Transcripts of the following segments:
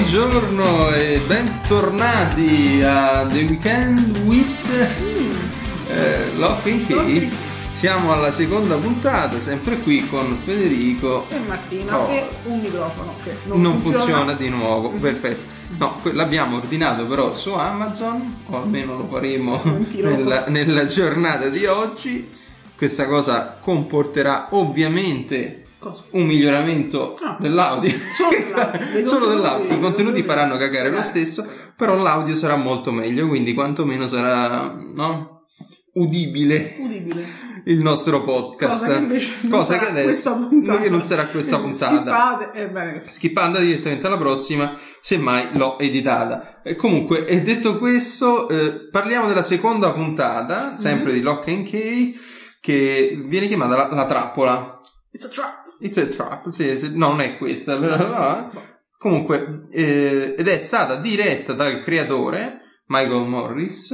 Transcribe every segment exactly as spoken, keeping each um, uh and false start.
buongiorno e bentornati a The Weekend with eh, Lock and Key. Siamo alla seconda puntata, sempre qui con Federico e Martina oh. e un microfono che non, non funziona. funziona di nuovo, mm-hmm. Perfetto. No, l'abbiamo ordinato però su Amazon, o almeno lo faremo nella, nella giornata di oggi. Questa cosa comporterà ovviamente cosa? un miglioramento no. dell'audio. Solo, Solo dell'audio. I contenuti faranno cagare lo stesso, però l'audio sarà molto meglio, quindi quantomeno sarà, no? Udibile, udibile il nostro podcast, cosa che invece non cosa sarà che adesso che non sarà questa puntata. Skippate, è bene così. Skippata direttamente alla prossima, semmai l'ho editata. E comunque, e detto questo, eh, parliamo della seconda puntata, sempre mm-hmm. di Lock and Key, che viene chiamata la, la trappola. It's a trap. It's a trap, sì, sì, no, non è questa, però, no. Comunque, eh, ed è stata diretta dal creatore Michael Morris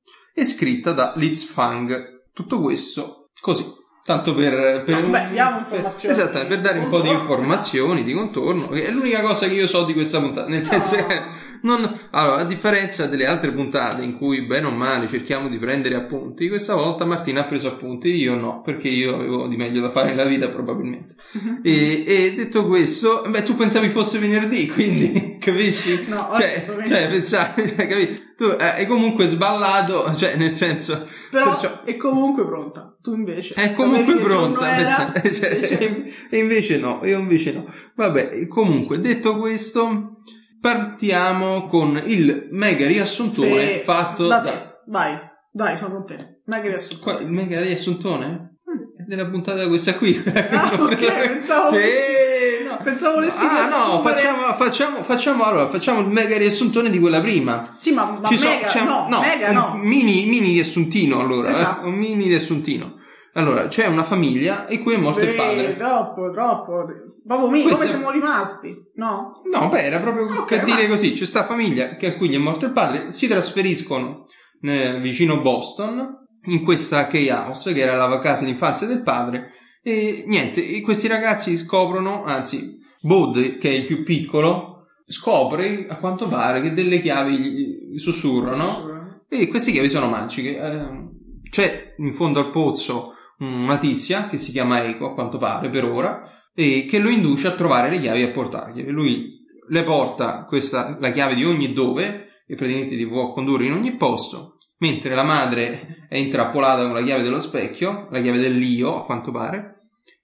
e scritta da Liz Fang. Tutto questo così, tanto per, per no, beh, diamo informazioni. Esatto, per dare un po' di informazioni di contorno, che è l'unica cosa che io so di questa puntata, nel senso no. che non, allora, a differenza delle altre puntate in cui bene o male cerchiamo di prendere appunti, questa volta Martina ha preso appunti, io no, perché io avevo di meglio da fare nella vita probabilmente. Uh-huh. E, e detto questo, beh, tu pensavi fosse venerdì, quindi capisci? No, cioè, cioè pensavi, cioè, capisci? Tu hai comunque sballato, cioè nel senso, però perciò, è comunque pronta. Tu invece è comunque pronta, era, cioè, invece... e invece no, io invece no. Vabbè, comunque detto questo, partiamo con il mega riassuntone sì, fatto da da... te. Vai, dai, sono con te. Mega riassuntone. Qua, il mega riassuntone? È della puntata questa qui. Ah, ok, pensavo sì, no. pensavo volessi Ah, no, facciamo, facciamo, facciamo, allora, facciamo il mega riassuntone di quella prima. Sì, ma, ma Ci mega, so, c'è, no, no, mega un no. Mini, mini riassuntino, allora, esatto. eh, un mini riassuntino. Allora, c'è una famiglia in cui è morto Beh, il padre. Troppo, troppo. Proprio mi, come siamo rimasti? No? No, beh, era proprio okay, per ma... dire così. C'è sta famiglia che a cui gli è morto il padre, si trasferiscono eh, vicino Boston, in questa key house, che era la casa d'infanzia del padre, e niente, questi ragazzi scoprono, anzi, Bud, che è il più piccolo, scopre, a quanto pare, che delle chiavi gli sussurrano, e queste chiavi sono magiche. Eh, c'è in fondo al pozzo una tizia che si chiama Eiko, a quanto pare, per ora, e che lo induce a trovare le chiavi e a portargliele. Lui le porta questa, la chiave di ogni dove, e praticamente ti può condurre in ogni posto, mentre la madre è intrappolata con la chiave dello specchio, la chiave dell'io, a quanto pare,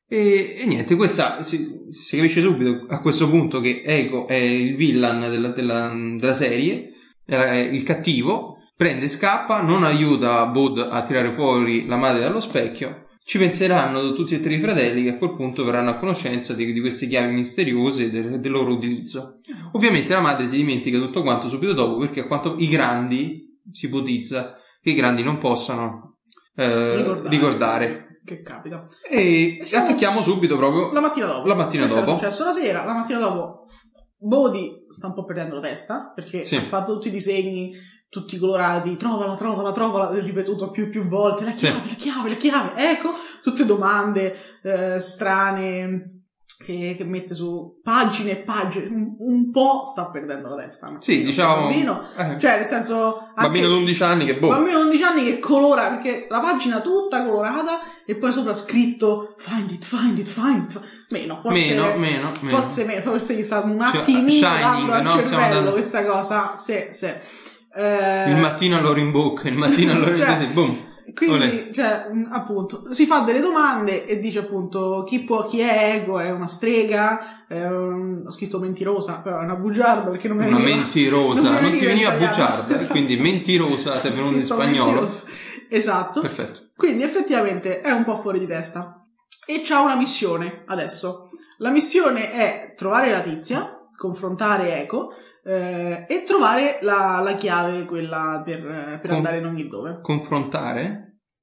e, e niente, questa si, si capisce subito a questo punto che Eiko è il villain della, della, della serie, è il cattivo, prende e scappa, non aiuta Bud a tirare fuori la madre dallo specchio. Ci penseranno tutti e tre i fratelli, che a quel punto verranno a conoscenza di, di queste chiavi misteriose e del, del loro utilizzo. Ovviamente la madre si dimentica tutto quanto subito dopo, perché a quanto i grandi, si ipotizza che i grandi non possano eh, ricordare. ricordare. Che capita. E, e attacchiamo subito proprio la mattina dopo. La mattina Questo dopo. È successo la sera, la mattina dopo Bodhi sta un po' perdendo la testa, perché sì. ha fatto tutti i disegni, tutti colorati, trovala, trovala, trovala, ripetuto più e più volte, la chiave, sì. la chiave, la chiave, ecco, tutte domande eh, strane che, che mette su pagine e pagine, un, un po' sta perdendo la testa. No? Sì, diciamo... Bambino, eh. cioè nel senso... Bambino di undici anni che boh. Bambino di undici anni che colora, perché la pagina tutta colorata e poi sopra scritto find it, find it, find it. Meno, forse meno, meno, forse meno. meno, forse gli sta un attimino dando al no? cervello dando... questa cosa, sì, sì. Eh... Il mattino allora in bocca, il mattino allora in cioè, così, boom. Quindi, Olè. cioè, appunto, si fa delle domande e dice appunto chi può, chi è Ego, è una strega, è un... ho scritto mentirosa, però è una bugiarda perché non mi una veniva... mentirosa, non, non ti veniva bugiarda, esatto. Quindi mentirosa, ti è venuto in spagnolo. Mentirosa. Esatto. Perfetto. Quindi effettivamente è un po' fuori di testa. E c'ha una missione adesso. La missione è trovare la tizia, confrontare Eco, eh, e trovare la, la chiave, quella per, per Con, andare in ogni dove. Confrontare?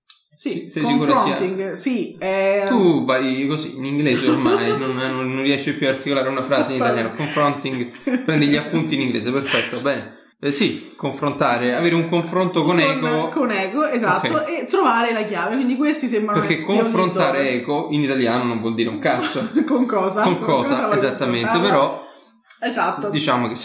Sì, sei confronting, sì. È... Tu vai così in inglese ormai, non, non riesci più a articolare una frase in italiano. Confronting, prendi gli appunti in inglese, perfetto, bene. Eh, sì, confrontare, avere un confronto con, con Eco. Con Eco, esatto, okay. E trovare la chiave, quindi questi sembrano... Perché confrontare Eco in italiano non vuol dire un cazzo. Con cosa? Con, con cosa, cosa esattamente, però... Esatto. Diciamo che sì.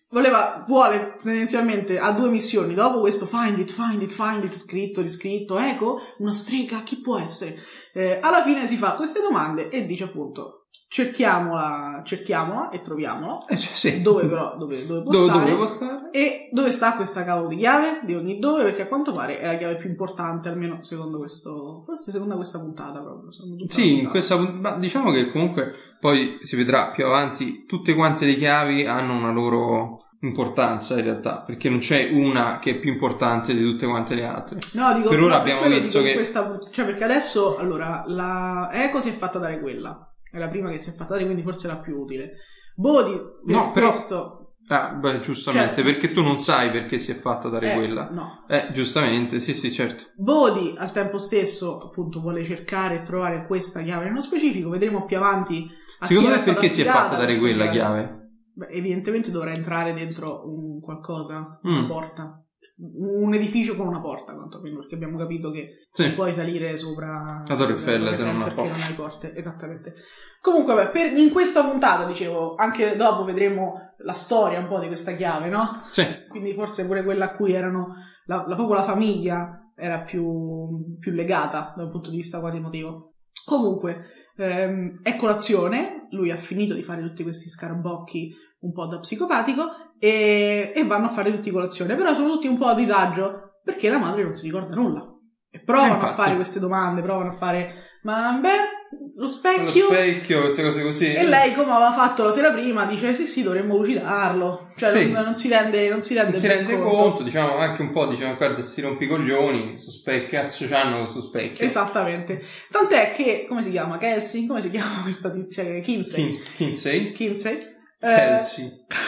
voleva, vuole tendenzialmente, ha due missioni, dopo questo find it, find it, find it, scritto, riscritto, ecco, una strega, chi può essere? Eh, alla fine si fa queste domande e dice appunto, cerchiamola, cerchiamola e troviamola, eh, cioè, sì. dove però, dove, dove può dove, stare, dove può stare, e dove sta questa cavolo di chiave, di ogni dove, perché a quanto pare è la chiave più importante, almeno secondo questo, forse secondo questa puntata proprio. Sì, in questa, ma diciamo che comunque poi si vedrà più avanti, tutte quante le chiavi hanno una loro importanza in realtà, perché non c'è una che è più importante di tutte quante le altre. No, dico, per ora no, abbiamo per visto che questa, cioè perché adesso allora la Eco si è fatta dare quella, è la prima che si è fatta dare, quindi forse la più utile. Bodhi per no, però, questo ah, beh, giustamente, cioè, perché tu non sai perché si è fatta dare eh, quella. No. Eh, giustamente, sì, sì, certo. Bodhi al tempo stesso appunto vuole cercare e trovare questa chiave nello specifico, vedremo più avanti. Secondo me perché si è fatta dare quella chiave? chiave? Beh, evidentemente dovrà entrare dentro un qualcosa, mm. una porta, un edificio con una porta, quantomeno, perché abbiamo capito che sì. non puoi salire sopra la Torre Eiffel se non ha perché non hai porte, esattamente. Comunque, beh, per, in questa puntata, dicevo, anche dopo vedremo la storia un po' di questa chiave, no? Sì. Quindi forse pure quella a cui erano, la, la proprio la famiglia era più, più legata da un punto di vista quasi emotivo. Comunque, ehm, è colazione, lui ha finito di fare tutti questi scarabocchi un po' da psicopatico e, e vanno a fare tutti colazione, però sono tutti un po' a disagio perché la madre non si ricorda nulla e provano eh, a fare queste domande, provano a fare ma beh, lo specchio lo specchio, queste cose così, e lei come aveva fatto la sera prima dice sì sì dovremmo lucidarlo, cioè sì. non, non si rende non si rende, non si rende conto. conto diciamo anche un po', diciamo guarda sti rompicoglioni, questo specchio, cazzo c'hanno questo specchio, esattamente, tant'è che come si chiama Kelsey, come si chiama questa tizia, Kinsey Kin- Kinsey Kinsey Kelsey.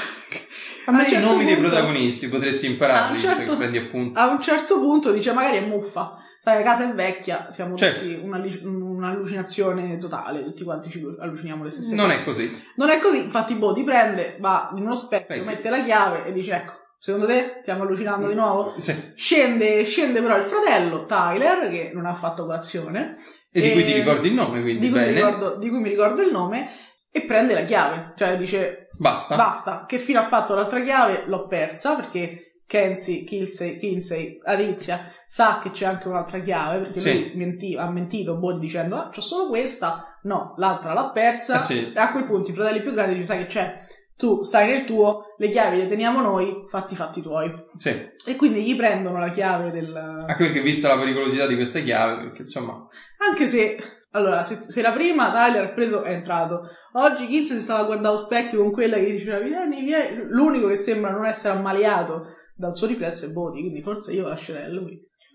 A me i certo nomi punto, dei protagonisti potresti impararli, certo, se prendi appunti. A un certo punto dice magari è muffa, sai, la casa è vecchia, siamo certo. tutti una, un'allucinazione totale, tutti quanti ci alluciniamo le stesse non cose. Non è così. Non è così, infatti Bodhi prende, va in uno specchio, Specchio. mette la chiave e dice ecco, secondo te stiamo allucinando di nuovo? Sì. Scende, scende però il fratello, Tyler, che non ha fatto colazione. E, e di cui ti ricordi il nome, quindi di cui, bene. Mi ricordo, di cui mi ricordo il nome. E prende la chiave, cioè dice basta, basta, che fine ha fatto l'altra chiave? L'ho persa, perché Kelsey, Kinsey, Kinsey, Adizia sa che c'è anche un'altra chiave, perché sì. lui mentiva, ha mentito Bodhi dicendo ah, c'ho solo questa, no, l'altra l'ha persa, eh sì. E a quel punto i fratelli più grandi dicono sai che c'è, tu stai nel tuo, le chiavi le teniamo noi, fatti i fatti tuoi. Sì. E quindi gli prendono la chiave del... Anche perché vista la pericolosità di queste chiavi, perché insomma... Anche se... Allora, se, se la prima Tyler ha preso è entrato. Oggi Kinsey si stava a guardare allo specchio con quella che diceva vieni, vieni. L'unico che sembra non essere ammaliato dal suo riflesso è Bodhi, quindi forse io lascerei a lui.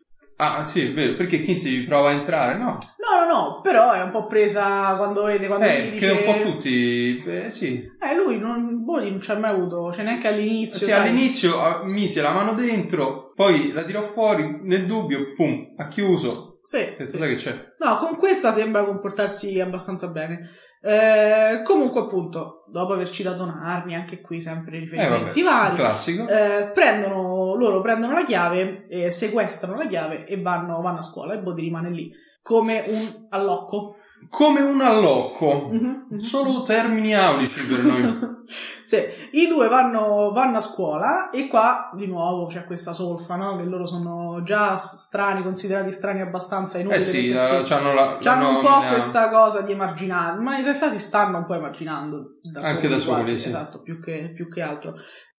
Ah sì, è vero, perché Kinsey prova a entrare, no? No, no, no, però è un po' presa quando vede, quando eh, gli dice... che un po' tutti, eh sì. Eh, lui, non, Bodhi non ci ha mai avuto, cioè neanche all'inizio. Sì, sai. all'inizio mise la mano dentro, poi la tirò fuori, nel dubbio, pum, ha chiuso. Sì, e sì. Sai che c'è? No, con questa sembra comportarsi abbastanza bene. Eh, comunque, appunto, dopo aver citato Narni, anche qui sempre riferimenti eh, vabbè, vari, classico. Eh, prendono, loro prendono la chiave, eh, sequestrano la chiave e vanno, vanno a scuola e Bodhi rimane lì come un allocco. Come un allocco, mm-hmm, mm-hmm. Solo termini aulici per noi. Sì, i due vanno, vanno a scuola e qua di nuovo c'è questa solfa, no? Che loro sono già strani, considerati strani abbastanza inutili. Eh sì, la, c'hanno, la, c'hanno la un po' questa cosa di emarginare, ma in realtà si stanno un po' emarginando da anche soli, da soli, quasi, sì. Esatto, più che, più che altro.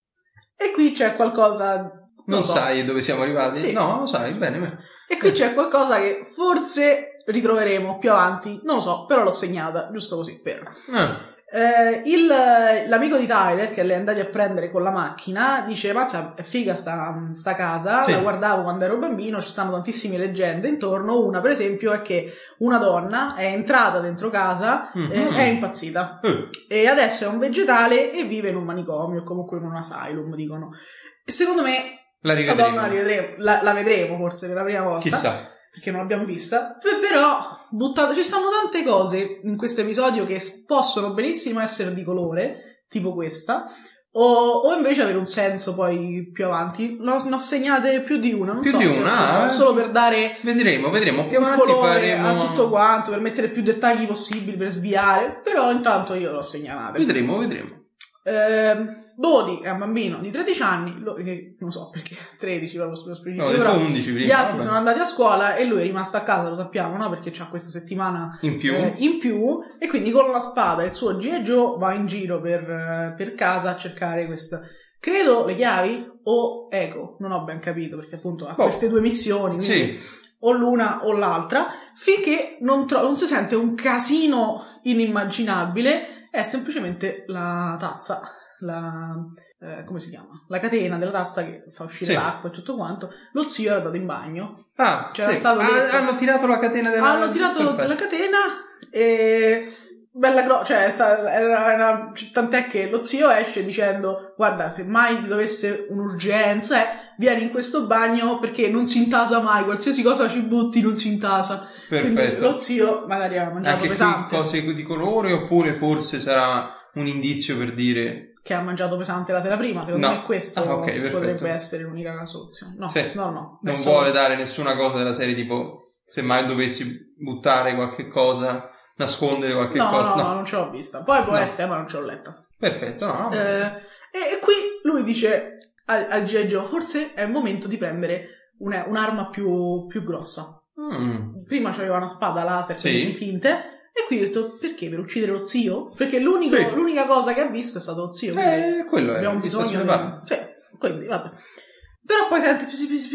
E qui c'è qualcosa... Non, non so. sai dove siamo arrivati? Sì. No, lo sai, bene, bene. E qui c'è qualcosa che forse ritroveremo più avanti, non lo so, però l'ho segnata, giusto così per... Ah. Eh, il, l'amico di Tyler che le è andato a prendere con la macchina dice mazza è figa sta, sta casa, sì. La guardavo quando ero bambino, ci stanno tantissime leggende intorno, una per esempio è che una donna è entrata dentro casa e mm-hmm. è impazzita mm. e adesso è un vegetale e vive in un manicomio o comunque in un asylum dicono, e secondo me la questa donna la vedremo, la, la vedremo forse per la prima volta, chissà, perché non l'abbiamo vista, però buttate, ci stanno tante cose in questo episodio che possono benissimo essere di colore, tipo questa, o, o invece avere un senso poi più avanti. Ne ho segnate più di una, non più so di se una, eh, solo per dare vedremo, vedremo più un avanti colore faremo... a tutto quanto, per mettere più dettagli possibili, per sviare, però intanto io l'ho segnalata. Vedremo, vedremo. Eh, Bodhi è un bambino di tredici anni, lo, che non so perché tredici, lo specifico, no, però undici prima, gli altri vabbè. sono andati a scuola e lui è rimasto a casa, lo sappiamo, no? Perché c'ha questa settimana in più. Eh, in più e quindi con la spada e il suo G I. Joe va in giro per, per casa a cercare questa, credo, le chiavi o Eco, non ho ben capito perché appunto ha oh. queste due missioni, quindi sì. o l'una o l'altra, finché non, tro- non si sente un casino inimmaginabile, è semplicemente la tazza, la eh, come si chiama? La catena della tazza che fa uscire sì. l'acqua e tutto quanto. Lo zio era andato in bagno. Ah, c'era sì. stato ah, hanno tirato la catena della hanno tirato Perfetto. della catena e bella gro- cioè sta, era, era, tant'è che lo zio esce dicendo: guarda, se mai ti dovesse un'urgenza eh, vieni in questo bagno perché non si intasa mai, qualsiasi cosa ci butti non si intasa. Perfetto. Quindi lo zio magari ha mangiato anche pesante. Anche cose di colore, oppure forse sarà un indizio per dire che ha mangiato pesante la sera prima. Secondo no. me questo ah, okay, potrebbe essere l'unica soluzione. No, sì. no, no. Non solo... vuole dare nessuna cosa della serie tipo se mai dovessi buttare qualche cosa, nascondere qualche no, cosa. No, no, non ce l'ho vista. Poi può no. essere, ma non ce l'ho letta. Perfetto, no. Eh, e, e qui lui dice al, al G I. Joe: forse è il momento di prendere una, un'arma più, più grossa. Mm. Prima c'aveva una spada laser sì. con finte. E qui ho detto: perché? Per uccidere lo zio? Perché l'unico, sì. l'unica cosa che ha visto è stato lo zio. Eh, quello è. Abbiamo bisogno di... Sì, quindi vabbè. Però poi sente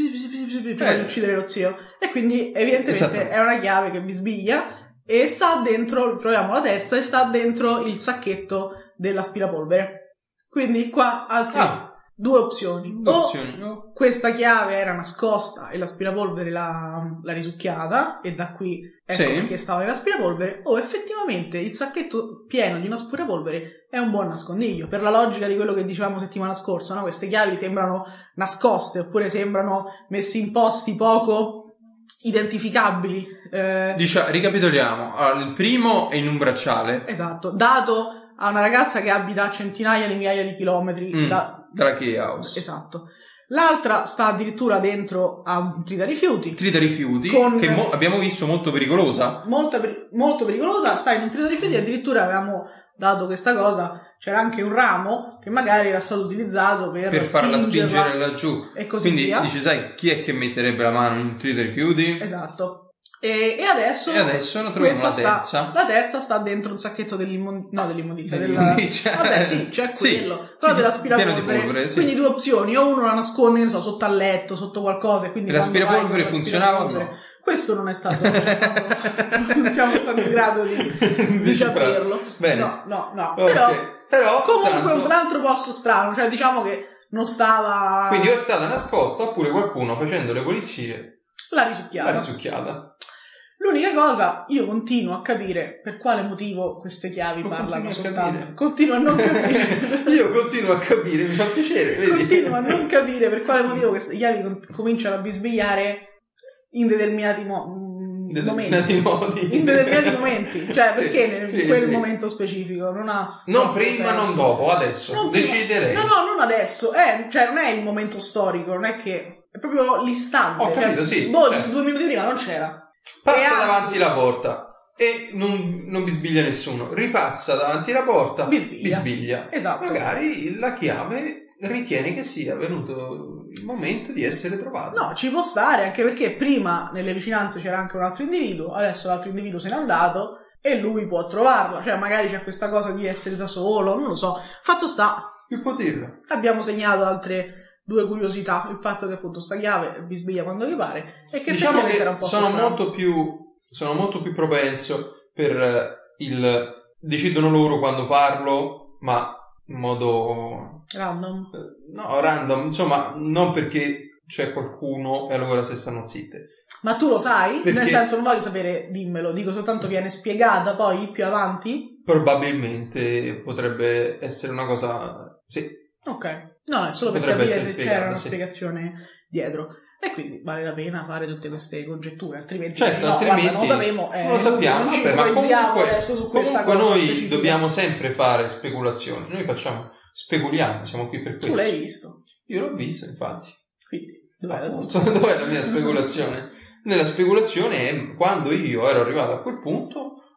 prima eh. di uccidere lo zio. E quindi evidentemente è una chiave che bisbiglia e sta dentro, troviamo la terza, e sta dentro il sacchetto dell'aspirapolvere. Quindi qua altri ah. due opzioni. Due o opzioni. No. Questa chiave era nascosta e l'aspirapolvere l'ha, l'ha risucchiata e da qui ecco sì. perché stava nell'aspirapolvere, o effettivamente il sacchetto pieno di un aspirapolvere è un buon nascondiglio. Per la logica di quello che dicevamo settimana scorsa, no? Queste chiavi sembrano nascoste oppure sembrano messe in posti poco identificabili. Eh, Diciamo, ricapitoliamo. Allora, il primo è in un bracciale. Esatto, dato a una ragazza che abita a centinaia di migliaia di chilometri mm, da... dalla Key House. Esatto. L'altra sta addirittura dentro a un tritarifiuti. Tritarifiuti, con... che mo- abbiamo visto molto pericolosa. Molto, per- molto pericolosa, sta in un tritarifiuti, addirittura avevamo dato questa cosa, c'era anche un ramo che magari era stato utilizzato per, per farla spingere laggiù. E così Quindi via. dici, sai, chi è che metterebbe la mano in un tritarifiuti? Esatto. E, e adesso e adesso ne troviamo la terza. Sta, la terza sta dentro un sacchetto dell'immondizia. No, dell'immondizia. dell'immondizia. Della, vabbè, sì, c'è sì, quello. Però sì, dell'aspirapolvere. Sì. Quindi due opzioni. O uno la nasconde, non so, sotto al letto, sotto qualcosa. E quindi e l'aspirapolvere funzionava o no? Questo non è stato. Non, c'è stato, non siamo stati in grado di, di capirlo. Bene. No, no, no. Okay. Però, Però comunque tanto... un altro posto strano. Cioè, diciamo che non stava. Quindi o è stata nascosta oppure qualcuno facendo le pulizie l'ha risucchiata. L'ha risucchiata. L'unica cosa, io continuo a capire per quale motivo queste chiavi non parlano soltanto. Capire. Continuo a non capire. Io continuo a capire, mi fa piacere. Vedi? Continuo a non capire per quale motivo queste chiavi com- cominciano a bisbigliare in determinati mo- determinati momenti. modi. In determinati momenti. Cioè, sì, perché nel, sì, in quel sì. momento specifico? Non ha Non prima, senso. non dopo, adesso. Non Deciderei. No, no, non adesso. Eh, cioè, non è il momento storico, non è che... È proprio l'istante. Ho capito, cioè, sì. Boh, certo. due minuti prima non c'era. Passa davanti la porta e non, non bisbiglia nessuno. Ripassa davanti la porta, bisbiglia. bisbiglia. Esatto. Magari la chiave ritiene che sia venuto il momento di essere trovato. No, ci può stare, anche perché prima nelle vicinanze c'era anche un altro individuo, adesso l'altro individuo se n'è andato e lui può trovarla. Cioè magari c'è questa cosa di essere da solo, non lo so. Fatto sta. Che può dirlo? Abbiamo segnato altre due curiosità, il fatto che appunto sta chiave bisbiglia quando gli pare e che diciamo che era un po' sono strano. molto più sono molto più propenso per il decidono loro quando parlo, ma in modo random. No, random, insomma, non perché c'è qualcuno e allora se stanno zitte. Ma tu lo sai? Perché? Nel senso, non voglio sapere, dimmelo, dico soltanto viene spiegata poi più avanti? Probabilmente potrebbe essere una cosa sì. Ok. No, è solo per Potrebbe capire se c'era una sì. spiegazione dietro. E quindi vale la pena fare tutte queste congetture, altrimenti certo, no, altrimenti guarda, non lo sapemo, eh, non lo sappiamo, non ci vabbè, ma comunque, adesso su questa comunque cosa noi specifica. dobbiamo sempre fare speculazioni. Noi facciamo, speculiamo, siamo qui per questo. Tu l'hai visto? Io l'ho visto, infatti. Quindi, dov'è la, dov'è la mia speculazione? Nella speculazione è quando io ero arrivato a quel punto,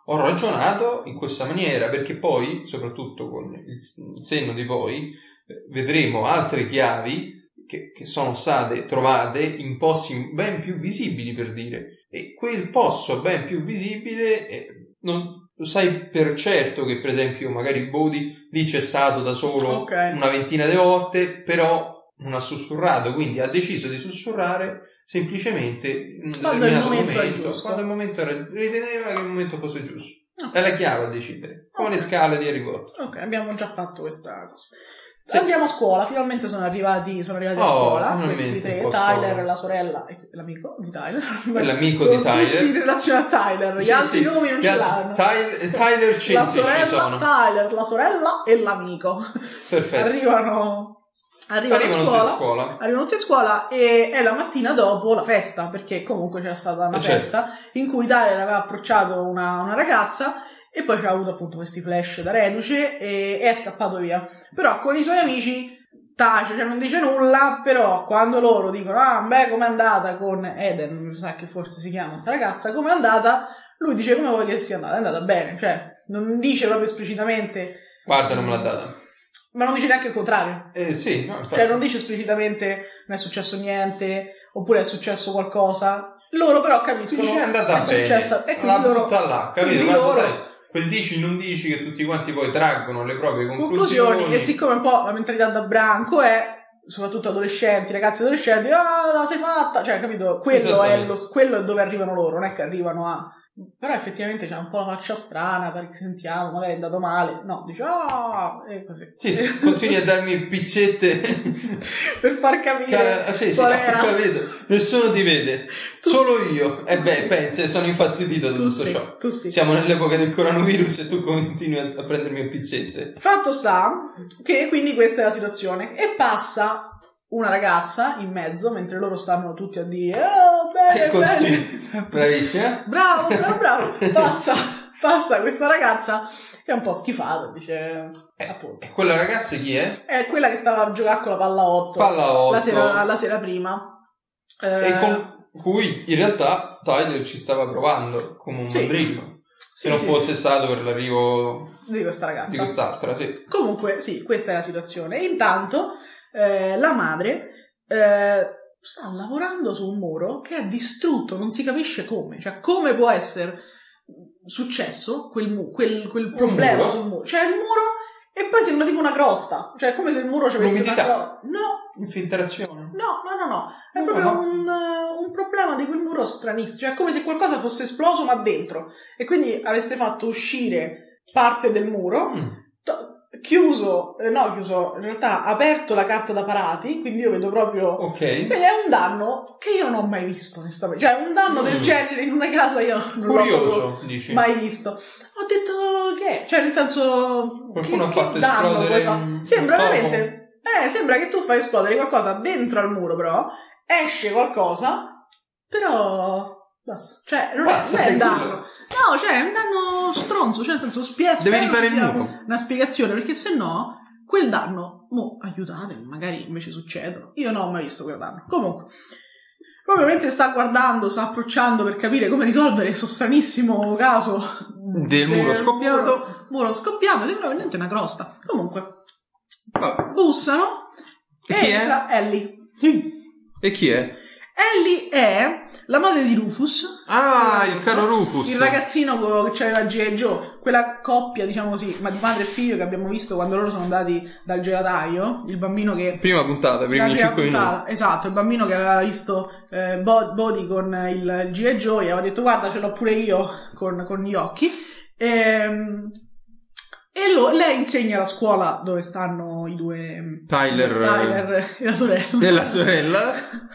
ho ragionato in questa maniera, perché poi, soprattutto con il senno di poi, vedremo altre chiavi che, che sono state trovate in posti ben più visibili, per dire, e quel posto ben più visibile eh, non lo sai per certo che, per esempio, magari Bodhi lì c'è stato da solo okay. una ventina di volte, però non ha sussurrato, quindi ha deciso di sussurrare semplicemente in un quando determinato il momento momento, giusto. quando il momento era, riteneva che il momento fosse giusto. Okay. È la chiave a decidere, come okay. le scale di Harry Potter. Ok, abbiamo già fatto questa cosa. Sì. Andiamo a scuola, finalmente sono arrivati, sono arrivati oh, a scuola questi tre, Tyler, scuola. la sorella e l'amico di Tyler. È l'amico sono di Tyler. Tutti in relazione a Tyler, sì, gli altri sì. nomi non gli ce altri, l'hanno. Tyler, Tyler centrici la sorella, sono. Tyler, la sorella e l'amico. Perfetto. Arrivano, arrivano, arrivano a scuola, scuola. Arrivano tutti a scuola e è la mattina dopo la festa, perché comunque c'era stata una eh festa certo. in cui Tyler aveva approcciato una, una ragazza. E poi c'era avuto appunto questi flash da reduce e, e è scappato via. Però con i suoi amici tace, cioè non dice nulla, però quando loro dicono ah beh com'è andata con Eden, mi sa che forse si chiama sta ragazza, com'è andata, lui dice come vuoi che sia andata, è andata bene, cioè non dice proprio esplicitamente guarda non me l'ha data, ma non dice neanche il contrario, eh sì, no, cioè non dice esplicitamente non è successo niente oppure è successo qualcosa, loro però capiscono dice è andata è bene, successa, e la loro, butta là, capito? Quando loro, sai quel dici non dici che tutti quanti poi traggono le proprie conclusioni, conclusioni e siccome un po' la mentalità da branco è soprattutto adolescenti, ragazzi adolescenti, ah la sei fatta, cioè capito, quello è, lo, quello è dove arrivano loro, non è che arrivano a però effettivamente c'ha un po' la faccia strana perché sentiamo magari è andato male, no, dice ah e così sì, sì, continui a darmi pizzette per far capire Ca- sì, sì, qual era. Capito. Nessuno ti vede, tu solo sì. io e beh pensa sono infastidito da tutto sì, ciò tu sì. Siamo nell'epoca del coronavirus e tu continui a, a prendermi a pizzette. Fatto sta che quindi questa è la situazione e passa una ragazza in mezzo mentre loro stanno tutti a dire oh bene bene bravissima bravo bravo bravo passa passa questa ragazza che è un po' schifata, dice eh, appunto. E quella ragazza chi è? È quella che stava a giocare con la palla otto, palla otto. La, sera, la sera prima e eh, con cui in realtà Tyler ci stava provando come un sì. mandrino se sì, non sì, fosse sì. stato per l'arrivo di questa ragazza di quest'altra sì. Comunque sì, questa è la situazione e intanto Eh, la madre eh, sta lavorando su un muro che è distrutto, non si capisce come, cioè come può essere successo quel, mu- quel, quel problema muro. sul muro, cioè il muro e poi sembra tipo una crosta, cioè come se il muro ci avesse una crosta, no, infiltrazione, no, no, no, no, è no, proprio no. Un, un problema di quel muro stranissimo, cioè come se qualcosa fosse esploso ma dentro e quindi avesse fatto uscire parte del muro mm. to- chiuso, eh, no chiuso, in realtà aperto la carta da parati, quindi io vedo proprio ok, ed è un danno che io non ho mai visto onestamente, cioè un danno mm. del genere in una casa io non curioso, l'ho dici. mai visto, ho detto che cioè nel senso qualcuno che, ha fatto che danno esplodere fa? Sembra veramente eh, sembra che tu fai esplodere qualcosa dentro al muro, però esce qualcosa però basta, cioè non basta, è, non è danno quello. no, cioè è un danno stronzo, cioè nel senso spie- devi rifare il muro, una spiegazione, perché se no quel danno, mo aiutatemi, magari invece succedono, io non ho mai visto quel danno. Comunque proprio mentre sta guardando, sta approcciando per capire come risolvere questo stranissimo caso del, del muro scoppiato muro, muro scoppiato, sembra veramente una crosta. Comunque vabbè. Bussano e chi entra è? Ellie. E chi è? Ellie è la madre di Rufus. Ah, il caro Rufus. Il ragazzino che c'aveva G I. Joe. Quella coppia, diciamo così, ma di madre e figlio che abbiamo visto quando loro sono andati dal gelataio. Il bambino che... Prima puntata, primi cinque minuti. Esatto, il bambino che aveva visto eh, Bodhi con il G I. Joe e aveva detto guarda ce l'ho pure io con, con gli occhi. Ehm... E lo, lei insegna alla scuola dove stanno i due... Tyler, Tyler e la sorella. E la sorella.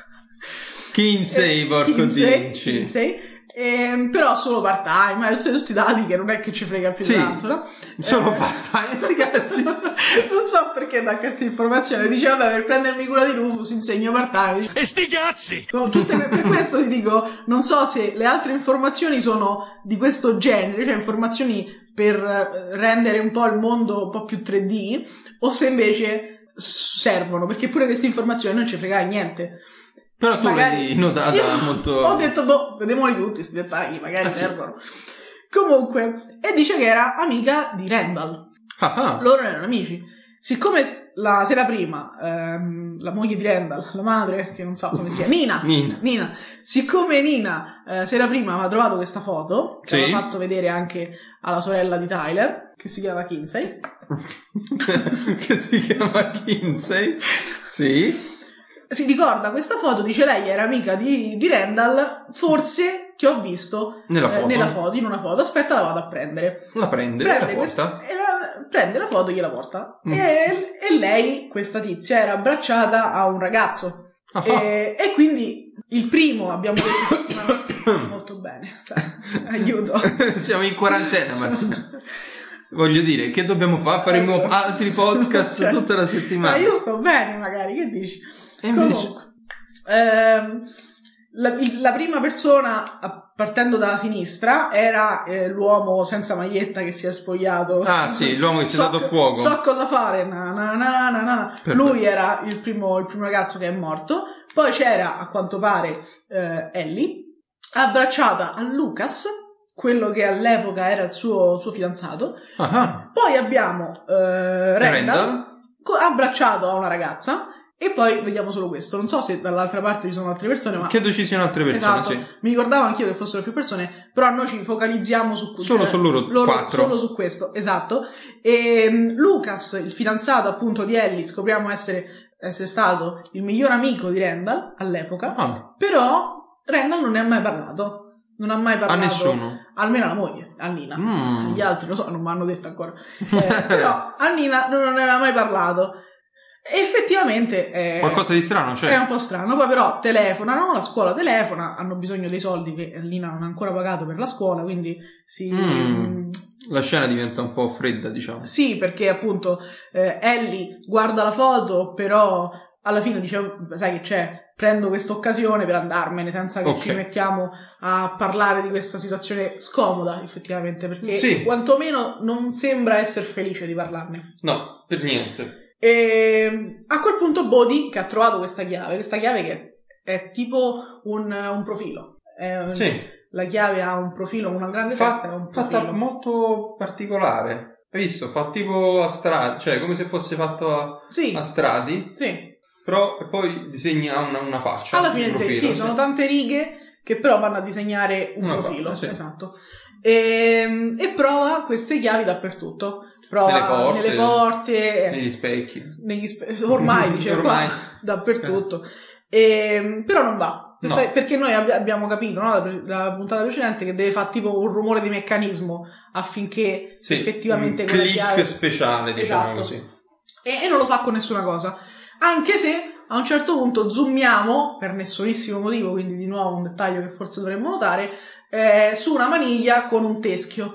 Kinsey, porco Kinsey, dici. Kinsey. Eh, però solo part time, eh, tutti, tutti dati che non è che ci frega più sì, tanto, no? Solo eh, part time, sti cazzi. Non so perché da questa informazione diceva vabbè, per prendermi cura di Rufus insegno part time. E sti cazzi! No, tutte, per questo ti dico, non so se le altre informazioni sono di questo genere, cioè informazioni per rendere un po' il mondo un po' più tre D, o se invece servono, perché pure queste informazioni non ci frega niente. Però tu magari, l'hai notata molto... Ho detto, boh, vediamoli tutti questi dettagli, magari ah, servono. Sì. Comunque, e dice che era amica di Randall. Ah, ah. Loro erano amici. Siccome la sera prima ehm, la moglie di Randall, la madre, che non so come si chiama, Nina, Nina. Nina, siccome Nina eh, sera prima aveva trovato questa foto, che sì. aveva fatto vedere anche alla sorella di Tyler, che si chiama Kinsey, che si chiama Kinsey, sì. Si ricorda questa foto, dice lei era amica di, di Randall, forse che ho visto nella foto. Eh, nella foto, in una foto, aspetta la vado a prendere. La prende, prende la questa, porta. E la, prende la foto e gliela porta. Mm. E, e lei, questa tizia, era abbracciata a un ragazzo. Oh. E, e quindi il primo, abbiamo detto settimana scorsa, molto bene, aiuto. Siamo in quarantena, Martina. Voglio dire, che dobbiamo fare? Faremo altri podcast cioè, tutta la settimana. Ma io sto bene, magari, che dici? E invece... Comunque, ehm, la, la prima persona, partendo dalla sinistra, era eh, l'uomo senza maglietta che si è spogliato. Ah sì, l'uomo che si so, è dato fuoco. So cosa fare. Na, na, na, na, na. Lui era il primo, il primo ragazzo che è morto. Poi c'era, a quanto pare, eh, Ellie, abbracciata a Lucas, quello che all'epoca era il suo, suo fidanzato. Ah. Poi abbiamo eh, Randall, Randall abbracciato a una ragazza. E poi vediamo solo questo. Non so se dall'altra parte ci sono altre persone, ma credo ci siano altre persone, esatto. Sì. Mi ricordavo anch'io che fossero più persone, però noi ci focalizziamo su solo su loro, loro quattro. Solo su questo, esatto. E um, Lucas, il fidanzato appunto di Ellie, scopriamo essere, essere stato il miglior amico di Randall all'epoca. Ah. Però Randall non ne ha mai parlato. Non ha mai parlato a nessuno, almeno alla moglie, a Nina. Mm. Gli altri lo so, non mi hanno detto ancora. Eh, però a Nina non ne aveva mai parlato. E effettivamente è, qualcosa di strano, cioè. È un po' strano. Poi però telefonano, la scuola telefona, hanno bisogno dei soldi che Lina non ha ancora pagato per la scuola, quindi si mm, la scena diventa un po' fredda, diciamo. Sì, perché appunto eh, Ellie guarda la foto, però alla fine dice sai che c'è, prendo questa occasione per andarmene senza che okay. ci mettiamo a parlare di questa situazione scomoda effettivamente, perché sì. quantomeno non sembra essere felice di parlarne. No, per niente. E a quel punto Bodhi, che ha trovato questa chiave, questa chiave che è tipo un, un profilo. È, sì. La chiave ha un profilo, una grande Fa, testa, è un profilo. Fatta molto particolare. Hai visto? Fa tipo a strati, cioè come se fosse fatto a, sì. a strati. Sì. Però poi disegna una, una faccia. Alla fine profilo, sì, sì, sono tante righe che però vanno a disegnare un una profilo. Faccia, sì. Esatto. E, e prova queste chiavi dappertutto. Prova nelle porte, nelle porte negli specchi, negli spe- ormai dicevo ormai dappertutto, e, però non va Questa, no. Perché noi ab- abbiamo capito, no, dalla puntata precedente, che deve fare tipo un rumore di meccanismo affinché sì, effettivamente un click chiave... speciale, diciamo esatto. così, e, e non lo fa con nessuna cosa, anche se a un certo punto zoomiamo per nessunissimo motivo, quindi di nuovo un dettaglio che forse dovremmo notare, eh, su una maniglia con un teschio.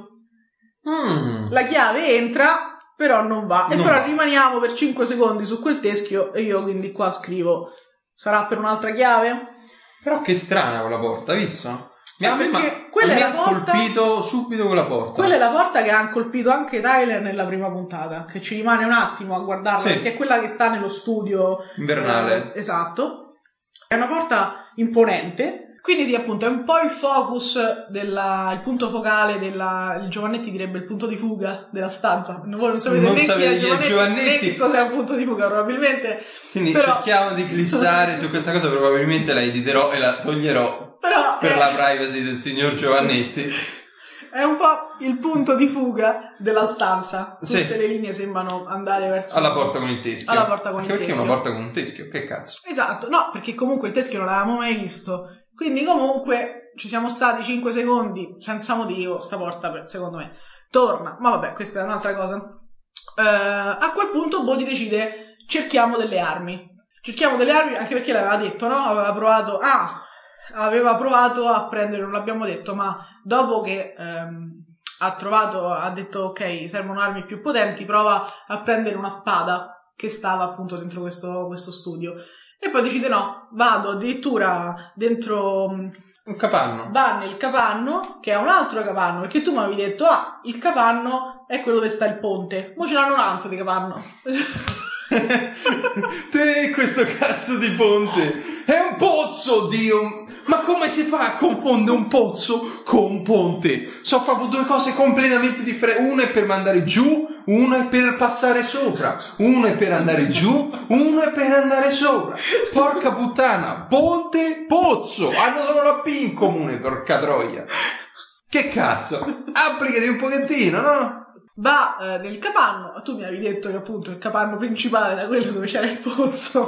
Mm. La chiave entra, però non va. E non però va. Rimaniamo per cinque secondi su quel teschio. E io quindi qua scrivo: sarà per un'altra chiave? Però che strana quella porta, hai visto? Mi eh, ha, ma, quella mi è ha la porta, colpito subito quella porta. Quella è la porta che ha colpito anche Tyler nella prima puntata, che ci rimane un attimo a guardarla, sì. Perché è quella che sta nello studio invernale. Eh, esatto. È una porta imponente. Quindi sì, appunto, è un po' il focus, della, il punto focale della... Il Giovannetti direbbe il punto di fuga della stanza. Voi non sapete né chi è Giovannetti, Giovannetti né che cos'è un punto di fuga, probabilmente. Quindi però... cerchiamo di glissare su questa cosa, probabilmente la editerò e la toglierò però per è... la privacy del signor Giovannetti. È un po' il punto di fuga della stanza. Tutte sì. Le linee sembrano andare verso... Alla porta con il teschio. Alla porta con il perché teschio. Perché una porta con un teschio? Che cazzo? Esatto, no, perché comunque il teschio non l'avevamo mai visto. Quindi comunque ci siamo stati cinque secondi senza motivo, sta porta per, secondo me torna, ma vabbè, questa è un'altra cosa. Uh, a quel punto Bodhi decide: cerchiamo delle armi. Cerchiamo delle armi anche perché l'aveva detto, no? Aveva provato ah, aveva provato a prendere, non l'abbiamo detto, ma dopo che um, ha trovato, ha detto ok, servono armi più potenti, prova a prendere una spada che stava appunto dentro questo, questo studio. E poi decide no, vado addirittura dentro un capanno. Va nel capanno, che è un altro capanno, perché tu mi avevi detto ah, il capanno è quello dove sta il ponte. Mo ce l'hanno un altro di capanno. Te questo cazzo di ponte è un pozzo, Dio, Ma come si fa a confondere un pozzo con un ponte? Sono proprio due cose completamente differenti. Uno è per mandare giù, uno è per passare sopra. Uno è per andare giù, uno è per andare sopra. Porca puttana, ponte, pozzo. Hanno solo la P in comune, porca troia. Che cazzo? Applicati un pochettino, no? Va eh, nel capanno. Tu mi avevi detto che appunto il capanno principale era quello dove c'era il pozzo.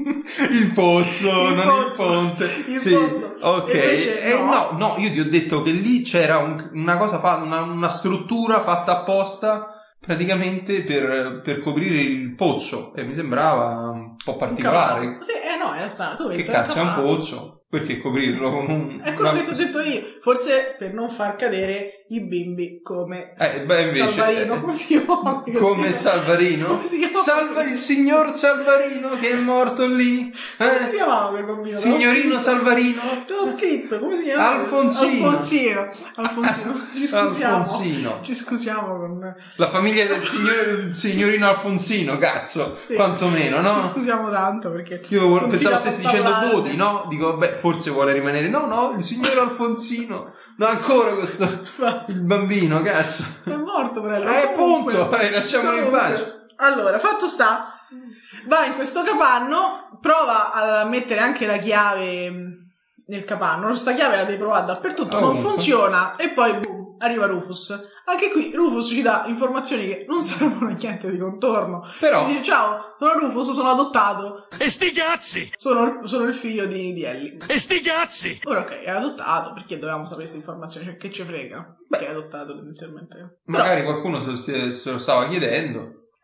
Il pozzo, il non pozzo, il ponte. Il sì, pozzo. ok. E eh, no. no, no, io ti ho detto che lì c'era un, una cosa fatta, una, una struttura fatta apposta praticamente per, per coprire il pozzo. E mi sembrava un po' particolare. Un sì, eh no, era strano. Tu che cazzo è un pozzo? Perché coprirlo con un... È quello una... che ti ho detto io. Forse per non far cadere i bimbi come eh, beh, invece, Salvarino. Eh, come si chiama? Come Salvarino? Come si chiama? Salva il signor Salvarino che è morto lì. Eh? Come si chiamava quel bambino? Signorino Salvarino? Te l'ho scritto. Come si chiama? Alfonsino. Alfonsino. Alfonsino. Ci scusiamo. Alfonsino. Ci scusiamo con... La famiglia del, signor, del signorino Alfonsino, cazzo. Sì. Quantomeno, no? Ci scusiamo tanto perché... Io pensavo stessi dicendo Bodi, no? Dico, beh, forse vuole rimanere. No, no, il signor Alfonsino. No, ancora questo. Il bambino, cazzo. È morto, però. Eh, punto. Eh, lasciamolo in pace. Allora, fatto sta. Va in questo capanno, prova a mettere anche la chiave nel capanno. Questa chiave la devi provare dappertutto, oh, non funziona. E poi, boom, arriva Rufus. Anche qui Rufus ci dà informazioni che non servono a niente di contorno. Però dice, ciao, sono Rufus, sono adottato. E sti cazzi! Sono, sono il figlio di, di Ellie. E sti cazzi! Ora ok, è adottato, perché dovevamo sapere queste informazioni? Cioè, che ci frega? Beh, che è adottato tendenzialmente. Magari Però, qualcuno se, se lo stava chiedendo.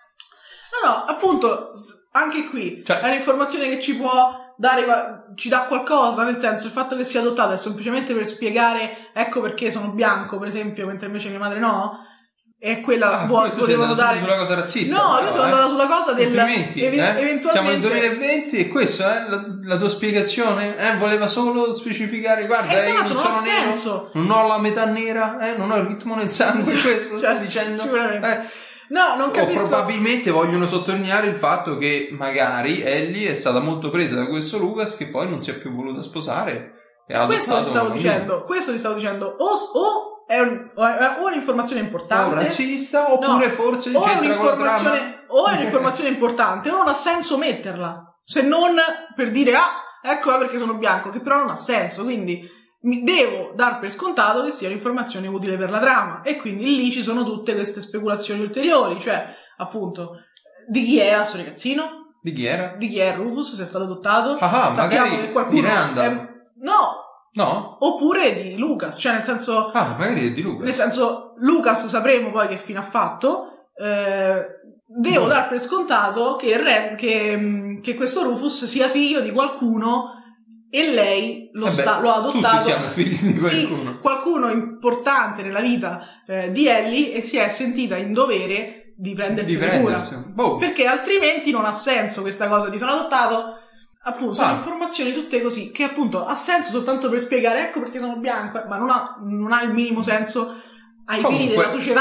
No, no, appunto, anche qui, cioè, è un'informazione che ci può dare, ci dà qualcosa, nel senso, il fatto che sia adottato è semplicemente per spiegare, ecco perché sono bianco, per esempio, mentre invece mia madre no. E quella ah, vuol, potevano dare sulla cosa razzista. no, io sono eh? andata sulla cosa del ev- eh? eventualmente siamo nel duemilaventi e questa è la, la tua spiegazione eh? Voleva solo specificare, guarda, esatto, eh, io non, non sono ha nero, senso. non ho la metà nera, eh? non ho il ritmo nel sangue, questo cioè, stai dicendo sicuramente eh? no, non capisco. O probabilmente vogliono sottolineare il fatto che magari Ellie è stata molto presa da questo Lucas che poi non si è più voluta sposare e ha questo ti stavo dicendo questo ti stavo dicendo o, o è un, o un'informazione importante o razzista oppure no, forse o c'entra un'informazione con la o è un'informazione importante o non ha senso metterla se non per dire ah ecco è perché sono bianco, che però non ha senso, quindi mi devo dar per scontato che sia un'informazione utile per la trama e quindi lì ci sono tutte queste speculazioni ulteriori, cioè appunto di chi è questo ragazzino, di chi era? Di chi è Rufus, se è stato adottato, ah, sappiamo magari che qualcuno di Randall è... no No? Oppure di Lucas, cioè nel senso... Ah, magari è di Lucas. Nel senso, Lucas sapremo poi che fine ha fatto. Eh, devo no. dar per scontato che, il re, che, che questo Rufus sia figlio di qualcuno e lei lo, Vabbè, sta, lo ha adottato. Tutti siamo figli di qualcuno. Sì, qualcuno importante nella vita eh, di Ellie e si è sentita in dovere di prendersi cura. Boh. Perché altrimenti non ha senso questa cosa di sono adottato... Appunto, sono ah. informazioni tutte così, che appunto ha senso soltanto per spiegare, ecco perché sono bianco, ma non ha, non ha il minimo senso ai comunque, fini della società.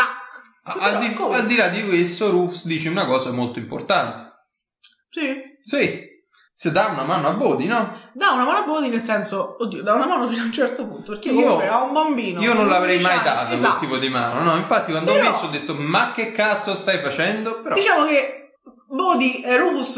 Al di, al di là di questo, Rufus dice una cosa molto importante. Sì. Sì. Se dà una mano a Bodi, no? Dà una mano a Bodi nel senso, oddio, dà una mano fino a un certo punto, perché io, comunque ha un bambino. Io non l'avrei mai dato esatto. quel tipo di mano, no? Infatti quando Però, ho visto ho detto, ma che cazzo stai facendo? Però... Diciamo che Bodi, eh, Rufus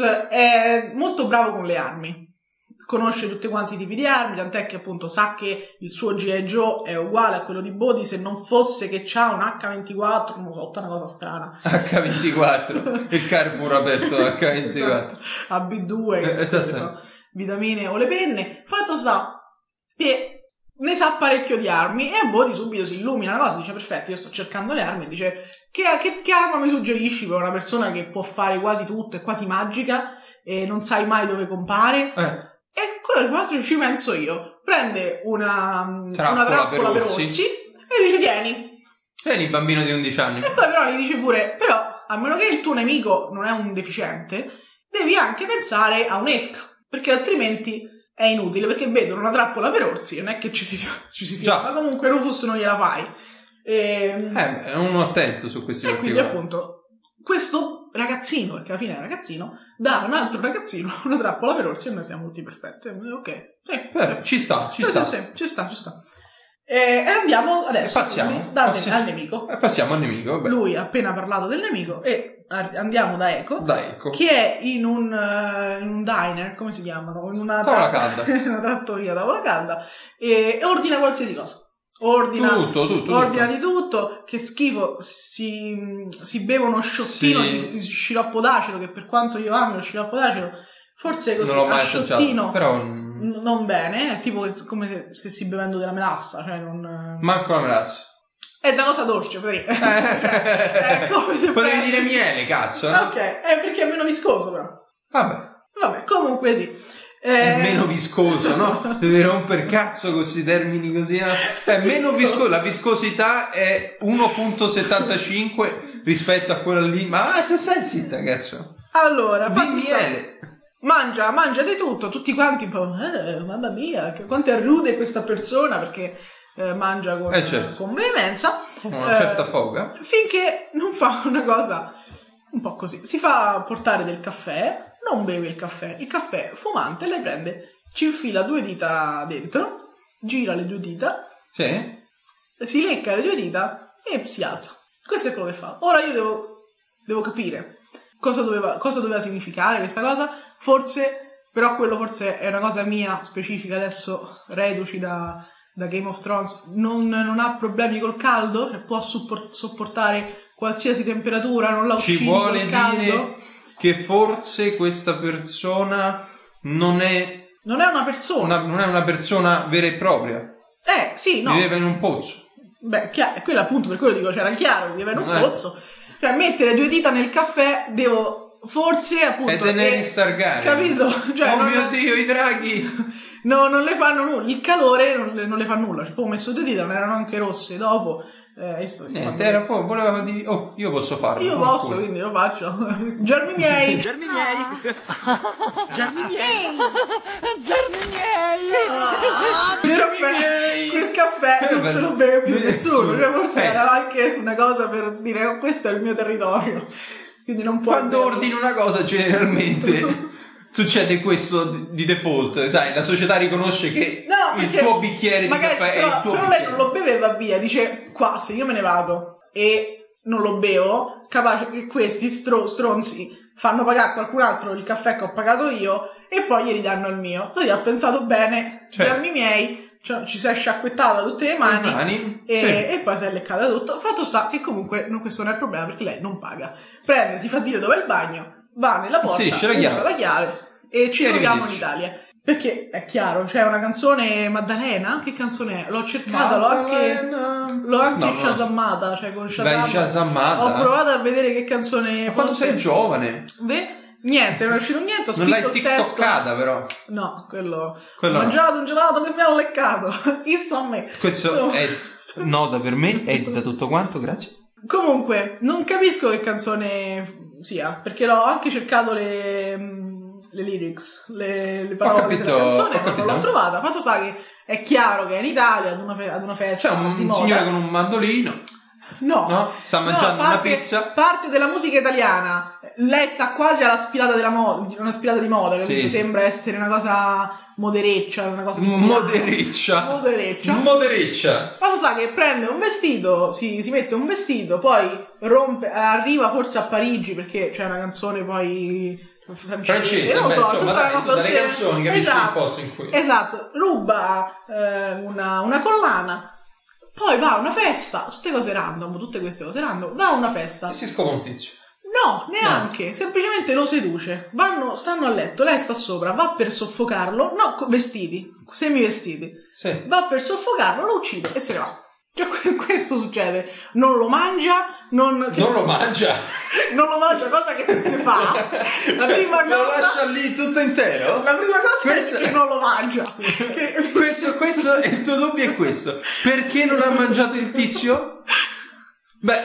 è molto bravo con le armi. Conosce tutti quanti i tipi di armi, tant'è che appunto sa che il suo G I. Joe è uguale a quello di Bodi, se non fosse che c'ha un acca ventiquattro, non lo so, una cosa strana. acca ventiquattro, il Carrefour aperto acca ventiquattro. Esatto. A B due, che esatto. so, vitamine o le penne. Fatto sta che ne sa parecchio di armi e Bodi subito si illumina una cosa, dice perfetto, io sto cercando le armi, e dice che, che, che arma mi suggerisci per una persona che può fare quasi tutto, è quasi magica e non sai mai dove compare? Eh. E quello che ci penso io, prende una trappola, una trappola per orsi. per orsi e dice vieni. Vieni bambino di undici anni. E poi però gli dice pure, però a meno che il tuo nemico non è un deficiente, devi anche pensare a un'esca, perché altrimenti è inutile, perché vedono una trappola per orsi, non è che ci si, ci si fia, ma comunque Rufus non gliela fai. E, eh, è uno attento su questi e quindi appunto questo ragazzino, perché alla fine è un ragazzino, dà a un altro ragazzino una trappola per orsi e noi siamo tutti perfetti. Ok, sì, eh, ci sta, ci sì, sta. Sì, sì, ci sta, ci sta. E andiamo adesso passiamo, dal, passiamo. al nemico. E passiamo al nemico. Vabbè. Lui ha appena parlato del nemico e andiamo da Eco, da Eco. che è in un, uh, in un diner, come si chiamano? In una tavola tra- calda. una trattoria, tavola calda, e ordina qualsiasi cosa. Ordina tutto, tutto, ordina tutto. di tutto. Che schifo, si, si beve uno sciottino sì. di, di sciroppo d'acido, che per quanto io ami lo sciroppo d'acido, forse così non l'ho a mai sciottino però n- non bene, è tipo come se stessi bevendo della melassa, cioè non manco la melassa. è da cosa dolce, cioè, è come se potevi pre- dire miele, cazzo, no? Ok, è perché è meno viscoso però. Vabbè. Vabbè, comunque sì. È Eh... meno viscoso, no? Deve romper cazzo con questi termini così, no? È meno viscoso, la viscosità è uno virgola settantacinque rispetto a quella lì. Ma se stai zitta, cazzo. Allora, di miele. Mangia, mangia di tutto, tutti quanti un po', eh, mamma mia, che, quanto è rude questa persona, perché eh, mangia con, eh certo. con veemenza. Una eh, certa foga. Finché non fa una cosa un po' così. Si fa portare del caffè, non beve il caffè, il caffè fumante, lei prende, ci infila due dita dentro, gira le due dita, sì. si lecca le due dita e si alza. Questo è quello che fa. Ora io devo, devo capire cosa doveva, cosa doveva significare questa cosa. Forse, però quello forse è una cosa mia specifica, adesso reduci da, da Game of Thrones, non, non ha problemi col caldo, cioè può support, sopportare qualsiasi temperatura, non la uccidi ci vuole col caldo. Dire che forse questa persona non è non è una persona una, non è una persona vera e propria. Eh sì, no, viveva in un pozzo. Beh, chiaro, quello appunto, per quello dico, c'era chiaro, viveva in un eh. pozzo, cioè mettere due dita nel caffè devo forse appunto e Daenerys Targaryen, capito? Cioè, oh non, mio Dio, i draghi no, non le fanno nulla, il calore non le, non le fa nulla, cioè, poi ho messo due dita, non erano anche rosse dopo. Eh, sto, niente, era poi voleva dire, oh, io posso farlo. Io posso, pure. Quindi lo faccio. Germi miei. Germi miei. Germi miei. Germi miei. Germi miei. Quel caffè non se lo beve più nessuno. Cioè, forse Penso. Era anche una cosa per dire, oh, questo è il mio territorio. Quindi non può. Quando berlo. Ordini una cosa, generalmente succede questo di default, sai, la società riconosce che no, il tuo bicchiere di caffè però, è il tuo però bicchiere. Lei non lo beveva via, dice qua se io me ne vado e non lo bevo, capace che questi stro- stronzi fanno pagare a qualcun altro il caffè che ho pagato io e poi gli ridanno il mio. Quindi ha pensato bene, certo. Giorni miei, cioè, ci si è sciacquettata tutte le mani, le mani e, sì. E poi si è leccata tutto. Fatto sta che comunque non, questo non è il problema perché lei non paga, prende, si fa dire dov'è il bagno, va nella porta, usa la chiave. la chiave e ci troviamo in Italia. Perché è chiaro, c'è una canzone Maddalena, che canzone è? L'ho cercata, l'ho anche l'ho anche no, shazammata, cioè con Shazam. Dai, shazammata. Ho provato a vedere che canzone ma quando fosse. Sei giovane. Beh, niente, non è uscito niente, ho non scritto l'hai il testo. TikTokata però. No, quello, quello ho no. mangiato un gelato che mi ha leccato. Isto a me. Questo no. È nota per me, edita tutto quanto, grazie. Comunque, non capisco che canzone sia, perché l'ho anche cercato le le lyrics, le, le parole capito, della canzone, non l'ho trovata. Fatto sta che è chiaro che è in Italia ad una, fe- ad una festa. C'è un, di un moda. signore con un mandolino. No, no, sta mangiando no, parte, una pizza. Parte della musica italiana. Lei sta quasi alla sfilata della moda, una sfilata di moda, che sì. Sembra essere una cosa modereccia, una cosa modereccia. Modereccia. Modereccia. Fatto sta che prende un vestito, si, si mette un vestito, poi rompe, arriva forse a Parigi perché c'è una canzone poi francese, francese non lo so, insomma, tutta dai, una cosa dalle canzoni capisci esatto, il posto in cui esatto, ruba eh, una, una collana, poi va a una festa, tutte cose random, tutte queste cose random, va a una festa e si scopre un tizio. No, neanche, no. Semplicemente lo seduce, vanno, stanno a letto, lei sta sopra, va per soffocarlo, no, vestiti, semivestiti, sì. Va per soffocarlo, lo uccide e se ne va. Cioè, questo succede, non lo mangia, non, non lo mangia, non lo mangia, cosa che non si fa. La cioè, prima cosa, lo lascia lì tutto intero. La prima cosa questo è che non lo mangia. Che... questo, questo è il tuo dubbio è questo. Perché non ha mangiato il tizio? Beh,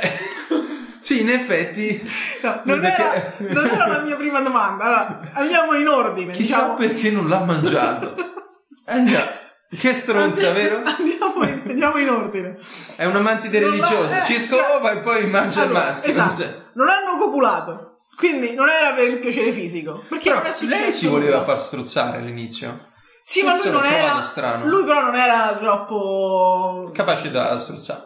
sì, in effetti. No, non, era, non era la mia prima domanda. Allora, andiamo in ordine. Chissà diciamo. Perché non l'ha mangiato. Eh già. Che stronza, andiamo, vero? Andiamo in, andiamo in ordine. È un amante religioso. Eh, ci scova e poi mangia allora, il maschio. Esatto. Non hanno copulato. Quindi non era per il piacere fisico. Perché però non è successo. Lei si voleva nulla. Far strozzare all'inizio. Sì, questo ma lui non era. Strano. Lui però non era troppo. Capace da strozzare.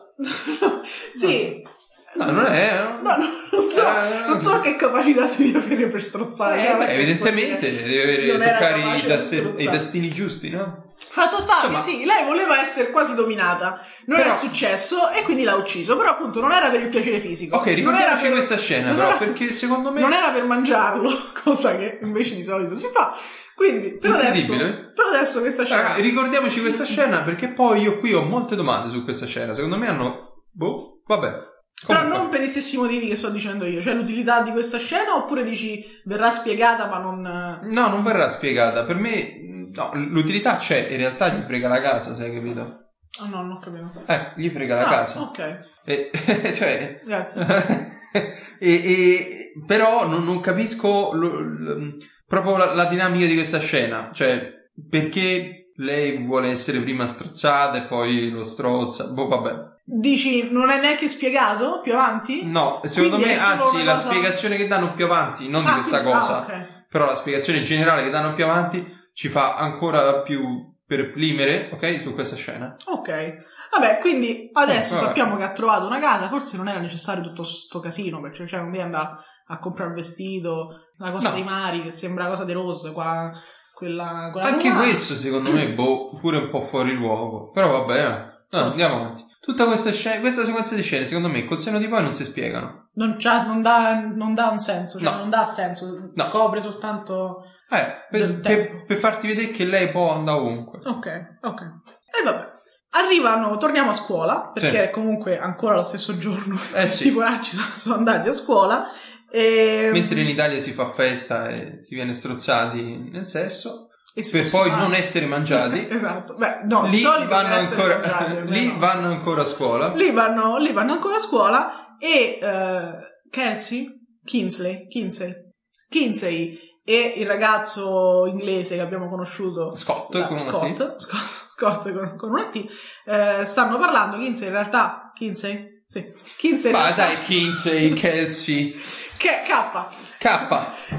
Sì. No, non è. No, no, non so, eh, non so che capacità devi avere per strozzare. Eh, beh, evidentemente devi avere toccare i, taste, i tastini giusti, no? Fatto sta che sì, lei voleva essere quasi dominata. Non però, era successo e quindi l'ha ucciso. Però appunto non era per il piacere fisico. Ok, ricordiamoci per, questa scena però, era, perché secondo me non era per mangiarlo, cosa che invece di solito si fa. Quindi per adesso, per adesso questa scena. Ah, ricordiamoci questa scena perché poi io qui ho molte domande su questa scena. Secondo me hanno boh, vabbè. Comunque. Però non per gli stessi motivi che sto dicendo io, cioè l'utilità di questa scena, oppure dici verrà spiegata ma non. No, non verrà spiegata. Per me, no, l'utilità c'è, in realtà gli frega la casa, se hai capito? Oh no, non ho capito. Eh, gli frega la ah, casa. Ok. E, cioè. Grazie. e, e, però non, non capisco lo, lo, proprio la, la dinamica di questa scena, cioè perché lei vuole essere prima strozzata e poi lo strozza, boh vabbè. Dici, non è neanche spiegato più avanti? No, secondo Quindi me, anzi, la cosa... spiegazione che danno più avanti, non ah, di questa quindi... cosa, ah, okay. Però la spiegazione generale che danno più avanti ci fa ancora più perplimere, ok, su questa scena. Ok. Vabbè, quindi adesso eh, sappiamo che ha trovato una casa, forse non era necessario tutto sto casino, perché cioè non devi andare a comprare il vestito, la cosa no. dei mari, che sembra la cosa dei Rose, qua, quella, quella anche nuova. Questo secondo me, boh, pure un po' fuori luogo, però vabbè, no, andiamo avanti. Tutta questa, scena, questa sequenza di scene, secondo me, col senno di poi non si spiegano. Non, non, dà, non dà un senso, cioè no. non dà senso, no. copre soltanto eh, per, per, per farti vedere che lei può andare ovunque. Ok, ok. E vabbè. Arrivano, torniamo a scuola, perché sì. comunque ancora lo stesso giorno eh, sì. i poracci sono, sono andati a scuola. E... mentre in Italia si fa festa e si viene strozzati nel sesso. E per poi non essere mangiati. Esatto. Beh, no, lì vanno ancora mangiati, lì no. vanno ancora a scuola. Lì vanno, lì vanno ancora a scuola e uh, Kelsey, Kingsley, Kinsey, Kinsey e il ragazzo inglese che abbiamo conosciuto Scott, da, con, Scott, una Scott, Scott con, con una T eh, stanno parlando. Kinsey in realtà Kinsey sì. Kinsey ma realtà... dai Kinsey, Kelsey che K K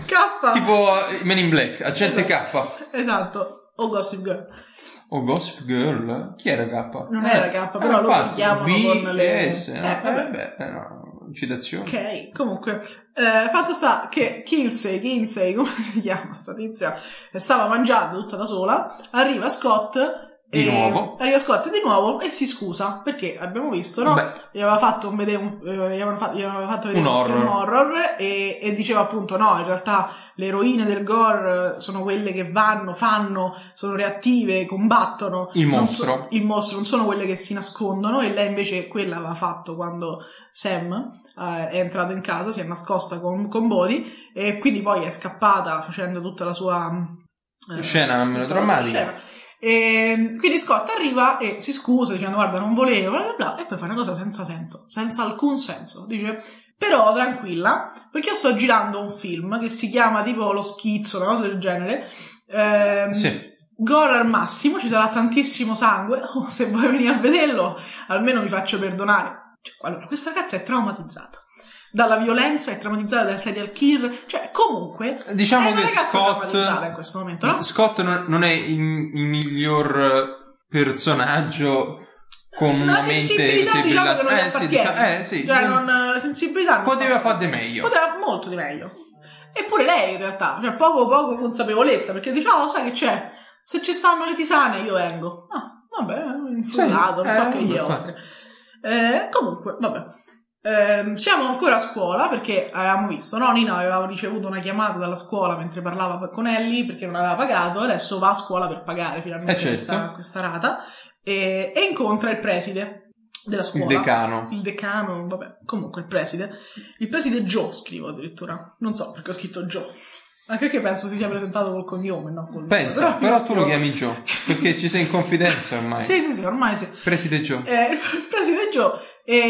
K tipo Men in Black, agente esatto. K esatto o Gossip Girl o Gossip Girl chi era K? non eh, era K però eh, loro si chiamano B- con le S, no? eh, eh, beh, no. Citazione. Ok, comunque eh, fatto sta che Kinsey, Kinsey, come si chiama sta tizia, stava mangiando tutta da sola, arriva Scott di e, nuovo arriva Scott di nuovo e si scusa perché abbiamo visto, no? Beh. Gli aveva fatto un vedere un, eh, gli avevano fatto, gli avevano fatto vedere un, un horror, film horror e, e diceva appunto no, in realtà le eroine del gore sono quelle che vanno, fanno, sono reattive, combattono il mostro, so, il mostro non sono quelle che si nascondono, e lei invece quella aveva fatto quando Sam eh, è entrato in casa, si è nascosta con, con Bodhi e quindi poi è scappata facendo tutta la sua eh, scena melodrammatica. E quindi Scott arriva e si scusa dicendo guarda non volevo bla bla bla, e poi fa una cosa senza senso, senza alcun senso, dice però tranquilla perché io sto girando un film che si chiama tipo Lo Schizzo, una cosa del genere, ehm, sì. gore al massimo, ci sarà tantissimo sangue, oh, se vuoi venire a vederlo almeno mi faccio perdonare. Cioè, allora questa ragazza è traumatizzata dalla violenza, è traumatizzata dal serial killer, cioè comunque diciamo è una che ragazza Scott traumatizzata in questo momento, no? Scott non, non è il, il miglior personaggio con una mente sensibilità diciamo che non eh, gli sì, diciamo, eh, sì. cioè non, la sensibilità poteva fare di meglio, poteva molto di meglio, eppure lei in realtà cioè poco poco consapevolezza perché diciamo oh, sai che c'è, se ci stanno le tisane io vengo, ah vabbè infusato, sì, non so eh, che gli offre eh, comunque vabbè. Eh, siamo ancora a scuola perché avevamo visto, no? Nina aveva ricevuto una chiamata dalla scuola mentre parlava con Ellie perché non aveva pagato, adesso va a scuola per pagare finalmente eh certo. questa, questa rata e, e incontra il preside della scuola, il decano il decano, vabbè, comunque il preside il preside Joe, scrivo addirittura, non so perché ho scritto Joe, anche perché penso si sia presentato col cognome, no? Col penso, però, però tu lo chiami Joe perché ci sei in confidenza ormai. sì sì sì ormai sì, preside Joe eh, il preside Joe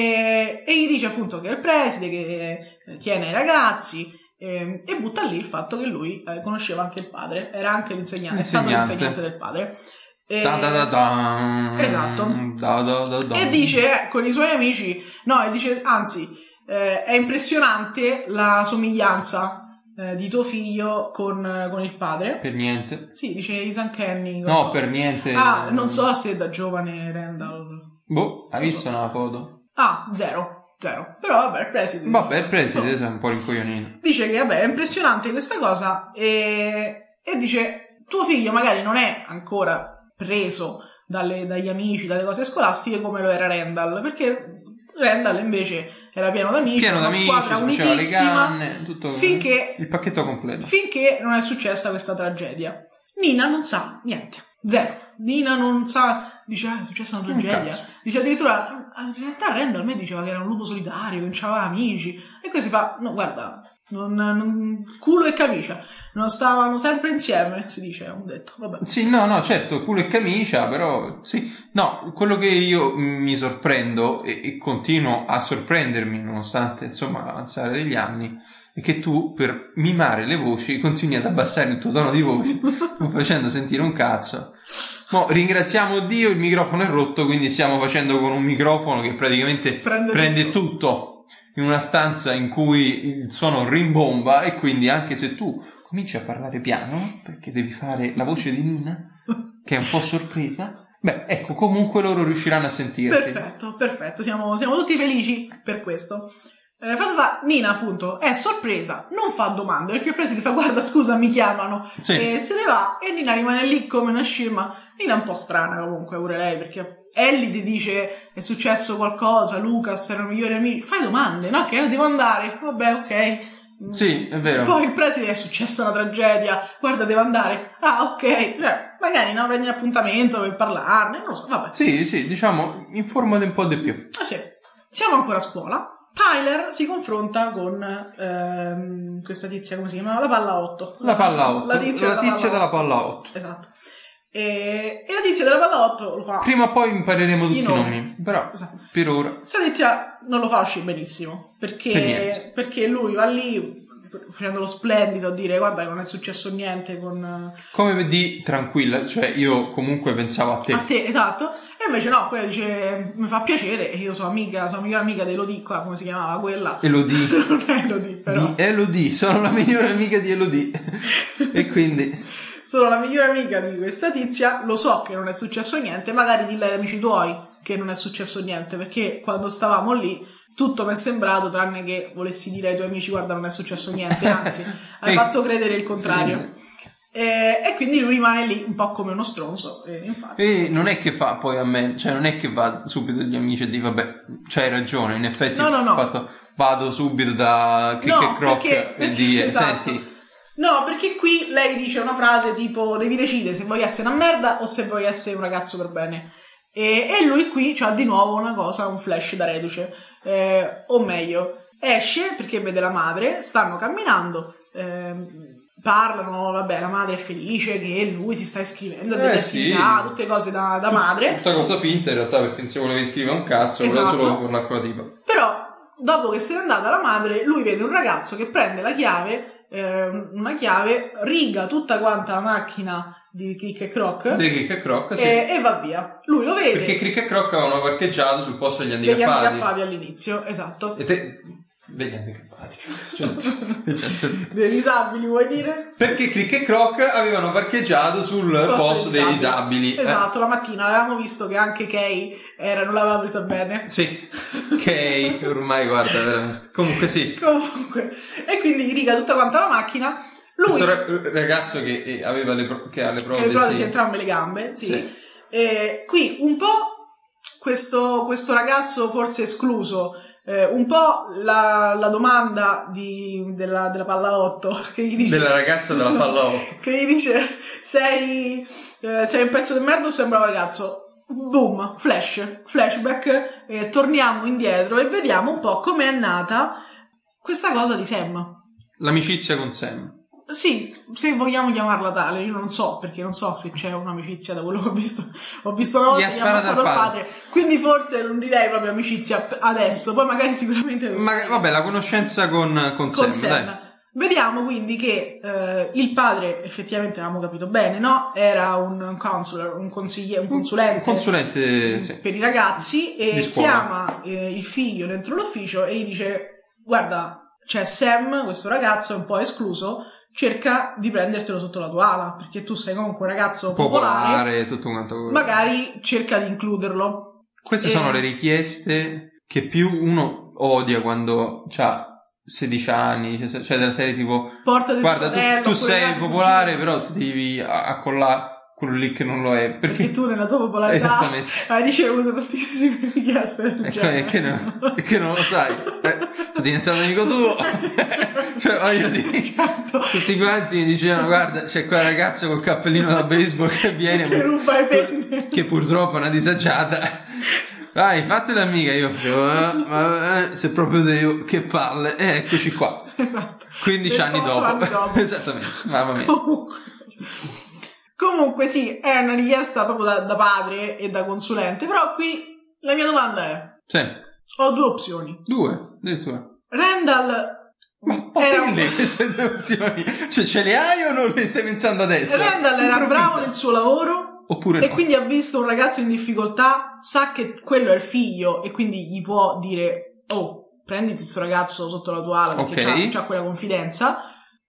e, e gli dice appunto che è il preside che tiene i ragazzi e, e butta lì il fatto che lui eh, conosceva anche il padre, era anche l'insegnante, l'insegnante. è stato l'insegnante del padre e, da da da da. esatto da da da da. E dice eh, con i suoi amici no e dice anzi eh, è impressionante la somiglianza eh, di tuo figlio con, con il padre. Per niente. Sì, dice is uncanny. No, per niente. Ah, non so se da giovane Randall. Boh, hai visto una foto? Ah, zero. Zero. Però vabbè, il preside. Vabbè, il preside è un po' rincoglionino. Dice che vabbè, è impressionante questa cosa e, e dice tuo figlio magari non è ancora preso dalle, dagli amici, dalle cose scolastiche come lo era Randall, perché Randall invece era pieno d'amici, pieno una d'amici, squadra unitissima, le canne, tutto finché, il pacchetto completo. Finché non è successa questa tragedia. Nina non sa niente, zero. Nina non sa, dice ah, è successa una tragedia, dice addirittura in realtà Randall a me diceva che era un lupo solitario, che non aveva amici, e così fa, no guarda, non, non, culo e camicia non stavano sempre insieme, si dice, un detto, vabbè. Sì, no, no, certo, culo e camicia, però sì, no, quello che io mi sorprendo e, e continuo a sorprendermi nonostante insomma l'avanzare degli anni è che tu per mimare le voci continui ad abbassare il tuo tono di voce non facendo sentire un cazzo. Mo, ringraziamo Dio, il microfono è rotto, quindi stiamo facendo con un microfono che praticamente prende, prende tutto. tutto in una stanza in cui il suono rimbomba, e quindi anche se tu cominci a parlare piano perché devi fare la voce di Nina che è un po' sorpresa, beh ecco, comunque loro riusciranno a sentirti. Perfetto, perfetto, siamo, siamo tutti felici per questo. Eh, fatto sta, Nina appunto è sorpresa, non fa domande perché il preside fa guarda scusa mi chiamano, sì. E se ne va e Nina rimane lì come una scema. Nina è un po' strana comunque pure lei, perché Ellie ti dice è successo qualcosa, Lucas erano migliori amici, fai domande, no? Che devo andare, vabbè ok. Sì, è vero. Poi il preside è successa una tragedia, guarda devo andare, ah ok, eh, magari no, prendi un appuntamento per parlarne, non lo so, vabbè. Sì, sì, diciamo informati un po' di più. Ah sì, siamo ancora a scuola. Tyler si confronta con ehm, questa tizia, come si chiama? La palla otto. La palla otto. La tizia, la della, tizia palla della palla otto. Esatto. E, e la tizia della palla otto lo fa. Prima o poi impareremo tutti i nomi. nomi. Però esatto. Per ora. Questa tizia non lo fa uscire benissimo. Perché, per perché lui va lì facendo lo splendido a dire guarda che non è successo niente con... Come di tranquilla, cioè io comunque pensavo a te. A te, esatto. E invece no, quella dice mi fa piacere, e io sono amica, sono migliore amica di Elodie, qua come si chiamava quella? Elodie. Non è Elodie, però. Di Elodie, sono la migliore amica di Elodie. E quindi sono la migliore amica di questa tizia, lo so che non è successo niente, magari dillo agli amici tuoi che non è successo niente, perché quando stavamo lì tutto mi è sembrato tranne che volessi dire ai tuoi amici guarda non è successo niente, anzi hai fatto credere il contrario. Sì. E, e quindi lui rimane lì un po' come uno stronzo, e, infatti, e non è che fa poi a me, cioè non è che va subito agli amici e dice vabbè c'hai ragione, in effetti no, no, no. Fatto, vado subito da Crick no, e Croc perché, e dire esatto. Senti no, perché qui lei dice una frase tipo devi decidere se vuoi essere una merda o se vuoi essere un ragazzo per bene, e, e lui qui c'ha di nuovo una cosa, un flash da reduce, eh, o meglio esce perché vede la madre, stanno camminando, eh, parlano, vabbè, la madre è felice che lui si sta iscrivendo a delle eh, attività, sì. tutte cose da, da madre. Tutta cosa finta in realtà, perché non si voleva iscrivere un cazzo, voleva esatto. solo parlare con la tipa. Però, dopo che se n'è andata la madre, lui vede un ragazzo che prende la chiave, eh, una chiave, riga tutta quanta la macchina di Crick e Croc. Di Crick e Croc, sì. E, e va via. Lui lo vede. Perché Crick e Croc avevano parcheggiato sul posto degli handicappati. Degli handicappati all'inizio, esatto. E te... degli handicappati cioè, cioè, dei disabili vuoi dire? Perché Crick e Croc avevano parcheggiato sul posto, posto dei disabili, disabili. Esatto, eh. la mattina avevamo visto che anche Kay era, non l'aveva presa bene. Sì, Kay ormai guarda comunque sì comunque e quindi riga tutta quanta la macchina. Lui, questo ragazzo che aveva le, pro- che ha le protesi, che le protesi entrambe le gambe, sì, sì. E qui un po' questo, questo ragazzo forse escluso, eh, un po' la, la domanda di, della, della palla otto che gli dice, della ragazza della palla otto che gli dice sei, eh, sei un pezzo di merda o sei un bravo ragazzo? Boom, flash, flashback, eh, torniamo indietro e vediamo un po' come è nata questa cosa di Sam, l'amicizia con Sam. Sì, se vogliamo chiamarla tale, io non so, perché non so se c'è un'amicizia da quello che ho visto. Ho visto una volta che ha ammazzato il padre. padre, quindi forse non direi proprio amicizia adesso, poi magari sicuramente... Ma, vabbè, la conoscenza con, con, con Sam, Sam. Dai. Vediamo quindi che eh, il padre, effettivamente avevamo capito bene, no? Era un counselor, un consigliere, un consulente, un consulente sì. per i ragazzi, e chiama eh, il figlio dentro l'ufficio e gli dice guarda, c'è Sam, questo ragazzo è un po' escluso, cerca di prendertelo sotto la tua ala, perché tu sei comunque un ragazzo popolare, popolare tutto quanto. Magari cerca di includerlo. Queste e... sono le richieste che più uno odia quando ha sedici anni, cioè della serie tipo Porta del guarda fratello, tu, tu sei popolare cugino. Però ti devi accollare quello lì che non lo è, perché, perché tu nella tua popolarità hai ricevuto tantissime richieste del e genere. che, che, non, che non lo sai, eh, sono diventato amico tuo. Cioè voglio dire, certo. Tutti quanti mi dicevano guarda c'è quel ragazzo col cappellino da baseball che viene che ruba i penne, che purtroppo è una disagiata, vai fatela amica. Io ma, ma eh, se proprio devo, che palle, eh, eccoci qua. Esatto. quindici anni dopo. anni dopo esattamente, mamma mia. Comunque. Comunque sì, è una richiesta proprio da, da padre e da consulente, però qui la mia domanda è, sì. Ho due opzioni. Due, addirittura. Randall ma era un... queste due opzioni, cioè ce le hai o non le stai pensando adesso? Randall era bravo nel suo lavoro oppure e no. quindi ha visto un ragazzo in difficoltà, sa che quello è il figlio e quindi gli può dire oh, prenditi questo ragazzo sotto la tua ala perché okay. c'ha, c'ha quella confidenza.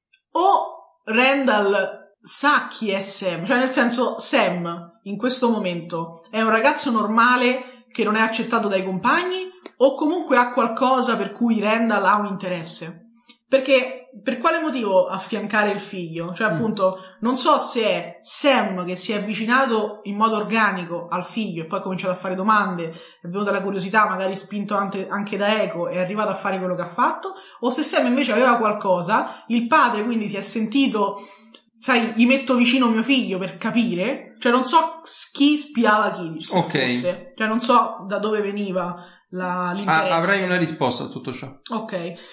O Randall sa chi è Sam, cioè nel senso Sam in questo momento è un ragazzo normale che non è accettato dai compagni o comunque ha qualcosa per cui Randall ha un interesse. Perché per quale motivo affiancare il figlio? Cioè appunto non so se è Sam che si è avvicinato in modo organico al figlio e poi ha cominciato a fare domande, è venuta la curiosità, magari spinto anche, anche da Eco, è arrivato a fare quello che ha fatto, o se Sam invece aveva qualcosa, il padre quindi si è sentito, sai, gli metto vicino mio figlio per capire, cioè non so chi spiava chi, se okay. fosse, cioè non so da dove veniva la, l'interesse. Ah, avrai una risposta a tutto ciò. Ok,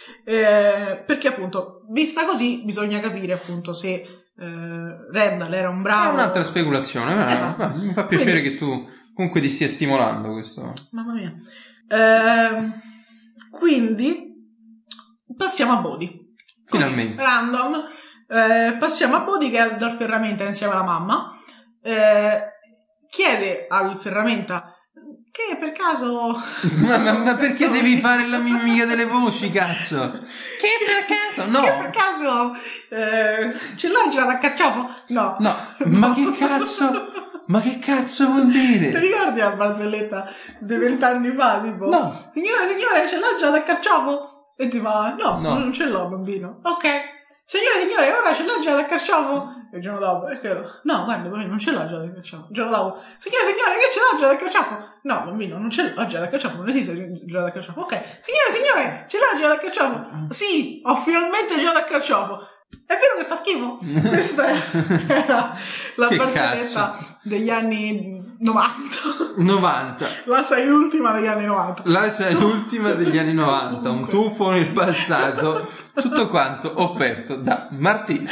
eh, perché appunto, vista così, bisogna capire appunto se eh, Randall era un bravo... È un'altra speculazione, ma, esatto. ma mi fa piacere quindi, che tu comunque ti stia stimolando questo. Mamma mia. Eh, quindi passiamo a Bodhi. Finalmente. Così, random. Eh, passiamo a Bodhi che è dal ferramenta insieme alla mamma. Eh, chiede al ferramenta che per caso ma, ma, ma perché devi fare la mimica delle voci, cazzo? Che per caso? No. Che per caso eh, ce l'hai girato a carciofo? No. No. Ma che cazzo? Ma che cazzo vuol dire? Ti ricordi la barzelletta di vent'anni fa? Tipo, no. Signore, signore, ce l'hai girato a carciofo? E ti fa, no, no, non ce l'ho, bambino. Ok. Signore, signore, ora ce l'ha già da carciofo? E il giorno dopo, è quello. No, guarda, bambino, non ce l'ha già da carciofo. Il giorno dopo, signore, signore, che ce l'ha già da carciofo? No, bambino, non ce l'ha già da carciofo, non esiste già da carciofo. Ok. Signore, signore, ce l'ha già da carciofo? Sì, ho finalmente già da carciofo. È vero che fa schifo? Questa era la barzelletta degli anni novanta. novanta. La sei l'ultima degli anni novanta. La sei l'ultima degli anni novanta. Un tuffo nel passato. Tutto quanto offerto da Martina.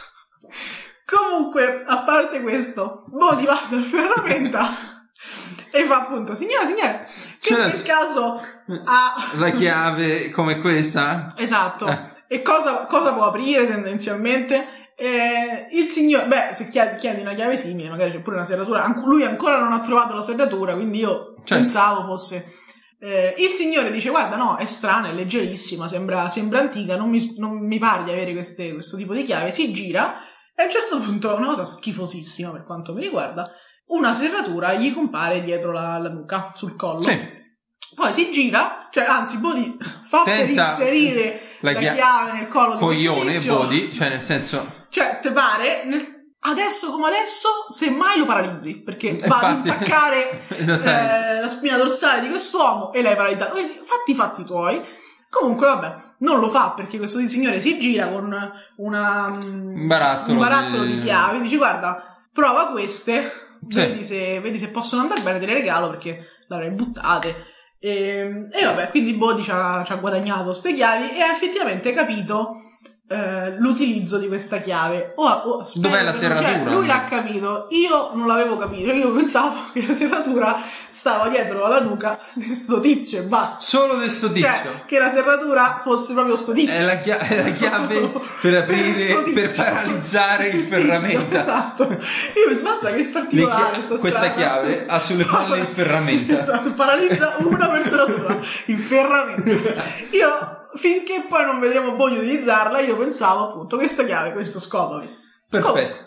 Comunque, a parte questo, Bodhi va dal ferramenta e fa appunto, signora, signora, che C'è per la... caso ha... La chiave come questa? Esatto. Eh. E cosa, cosa può aprire tendenzialmente? Eh, il signore, beh, se chiedi, chiedi una chiave simile, magari c'è pure una serratura. Anche lui ancora non ha trovato la serratura, quindi io certo. pensavo fosse... Eh, il signore dice, guarda, no, è strana, è leggerissima, sembra, sembra antica, non mi, non mi pare di avere queste, questo tipo di chiave. Si gira e a un certo punto, una cosa schifosissima per quanto mi riguarda, una serratura gli compare dietro la, la nuca, sul collo. Sì. Poi si gira, cioè anzi Bodhi fa Tenta per inserire la, la chiave nel collo di coglione questo Bodhi, cioè nel senso, cioè te pare nel, adesso come adesso semmai lo paralizzi perché infatti, va ad intaccare eh, la spina dorsale di quest'uomo e l'hai paralizzato. Quindi fatti i fatti tuoi. Comunque vabbè, non lo fa perché questo signore si gira con una, un barattolo, un barattolo di... di chiavi, dice guarda, prova queste, sì. vedi, se, vedi se possono andare bene, te le regalo perché l'avrei buttate. E, e vabbè, quindi Bodhi ci ha, ci ha guadagnato ste chiavi e ha effettivamente capito eh, l'utilizzo di questa chiave. Oh, oh, dov'è la serratura? Cioè, lui l'ha capito, io non l'avevo capito, io pensavo che la serratura stava dietro alla nuca di sto tizio e basta. Solo di sto tizio? Cioè, che la serratura fosse proprio sto tizio. È la, chia- è la chiave per aprire, per paralizzare il, il ferramenta. Esatto. Io mi sbazza che è particolare chia- sta questa strada. Chiave ha sulle palle il ferramenta. Esatto, paralizza una persona sola, il ferramenta. Io finché poi non vedremo Bodhi utilizzarla, io pensavo appunto questa chiave, questo scopo avesse. Perfetto.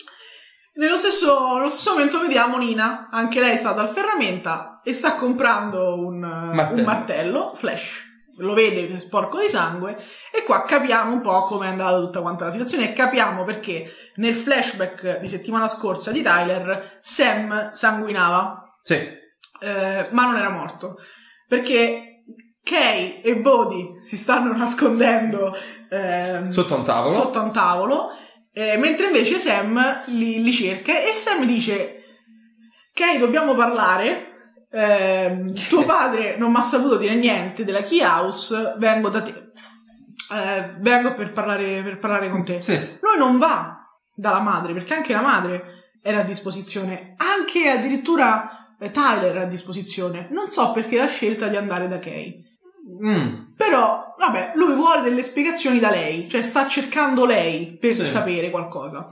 Nello stesso, nello stesso momento vediamo Nina, anche lei sta dal ferramenta e sta comprando un martello, un martello Flash. Lo vede sporco di sangue e qua capiamo un po' come è andata tutta quanta la situazione e capiamo perché nel flashback di settimana scorsa di Tyler Sam sanguinava. Sì. Eh, ma non era morto. Perché Kay e Bodhi si stanno nascondendo eh, sotto un tavolo. Sotto un tavolo eh, mentre invece Sam li, li cerca e Sam dice: Kay, dobbiamo parlare. Eh, tuo padre non mi ha saputo dire niente della Key House, vengo da te, eh, vengo per parlare, per parlare con te. Sì. Lui non va dalla madre perché anche la madre era a disposizione, anche addirittura eh, Tyler era a disposizione. Non so perché la scelta di andare da Kay. Mm. Però vabbè, lui vuole delle spiegazioni da lei, cioè sta cercando lei per sì. sapere qualcosa.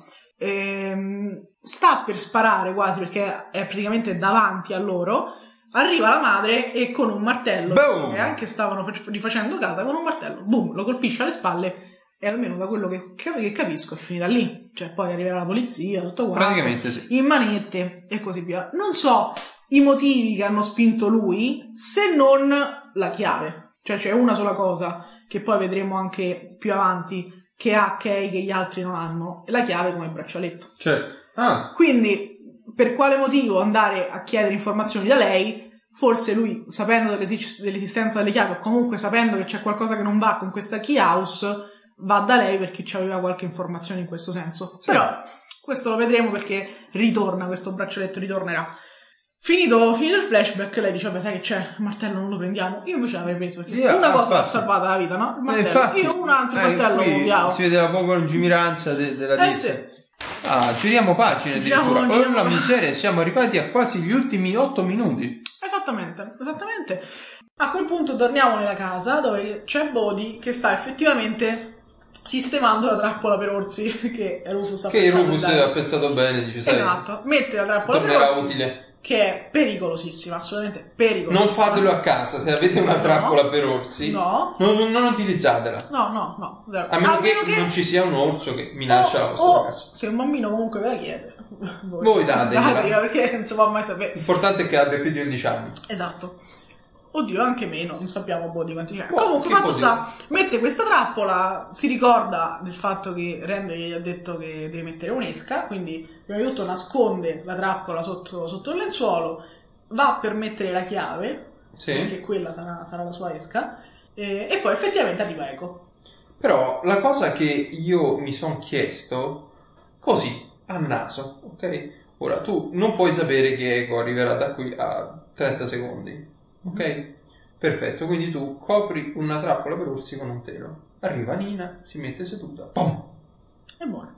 Ehm, sta per sparare quasi perché è praticamente davanti a loro. Arriva la madre e con un martello, boom. E anche stavano rifacendo casa, con un martello, boom, lo colpisce alle spalle e almeno da quello che, che capisco è finita lì. Cioè poi arriverà la polizia, tutto quanto, praticamente sì. In manette e così via. Non so i motivi che hanno spinto lui, se non la chiave. Cioè c'è una sola cosa che poi vedremo anche più avanti che ha Kay che gli altri non hanno, e la chiave come braccialetto. Certo. Ah. Quindi per quale motivo andare a chiedere informazioni da lei? Forse lui, sapendo dell'esistenza delle chiavi o comunque sapendo che c'è qualcosa che non va con questa Key House, va da lei perché ci aveva qualche informazione in questo senso. Sì. Però questo lo vedremo perché ritorna, questo braccialetto ritornerà. Finito, finito il flashback, lei dice: vabbè, sai che c'è, il martello non lo prendiamo. Io invece l'avrei preso perché yeah, una cosa l'ha salvata la vita, no? Il martello. Eh, infatti, io un altro eh, martello lo piavo. Si vede la poca lungimiranza de- della eh, ditta. Sì. Ah, giriamo pagine giriamo, addirittura. Giriamo... Con la miseria siamo arrivati a quasi gli ultimi otto minuti. Esattamente, esattamente. A quel punto torniamo nella casa dove c'è Bodhi che sta effettivamente sistemando la trappola per orsi che Rufus ha che pensato Rufus ha pensato bene, dice, sai, esatto, mette la trappola per orsi utile. Che è pericolosissima, assolutamente pericolosissima. Non fatelo a casa, se avete una trappola no, per orsi, no. non, non, non utilizzatela. No, no, no. Zero. A meno, a meno che, che non ci sia un orso che minaccia la vostra casa. Se un bambino comunque ve la chiede, voi, voi dategliela, perché non si può mai sapere. L'importante è che abbia più di undici anni. Esatto. Oddio, anche meno, non sappiamo boh di quanti c'è. Oh, comunque, fatto sta, mette questa trappola, si ricorda del fatto che Rand gli ha detto che deve mettere un'esca, quindi prima di tutto nasconde la trappola sotto, sotto il lenzuolo, va per mettere la chiave, sì. Perché quella sarà, sarà la sua esca, e, e poi effettivamente arriva Eco. Però la cosa che io mi sono chiesto, così, a naso, ok? Ora, tu non puoi sapere che Eco arriverà da qui a trenta secondi. Ok? Perfetto, quindi tu copri una trappola per orsi con un telo. Arriva Nina, si mette seduta, pum! È buono.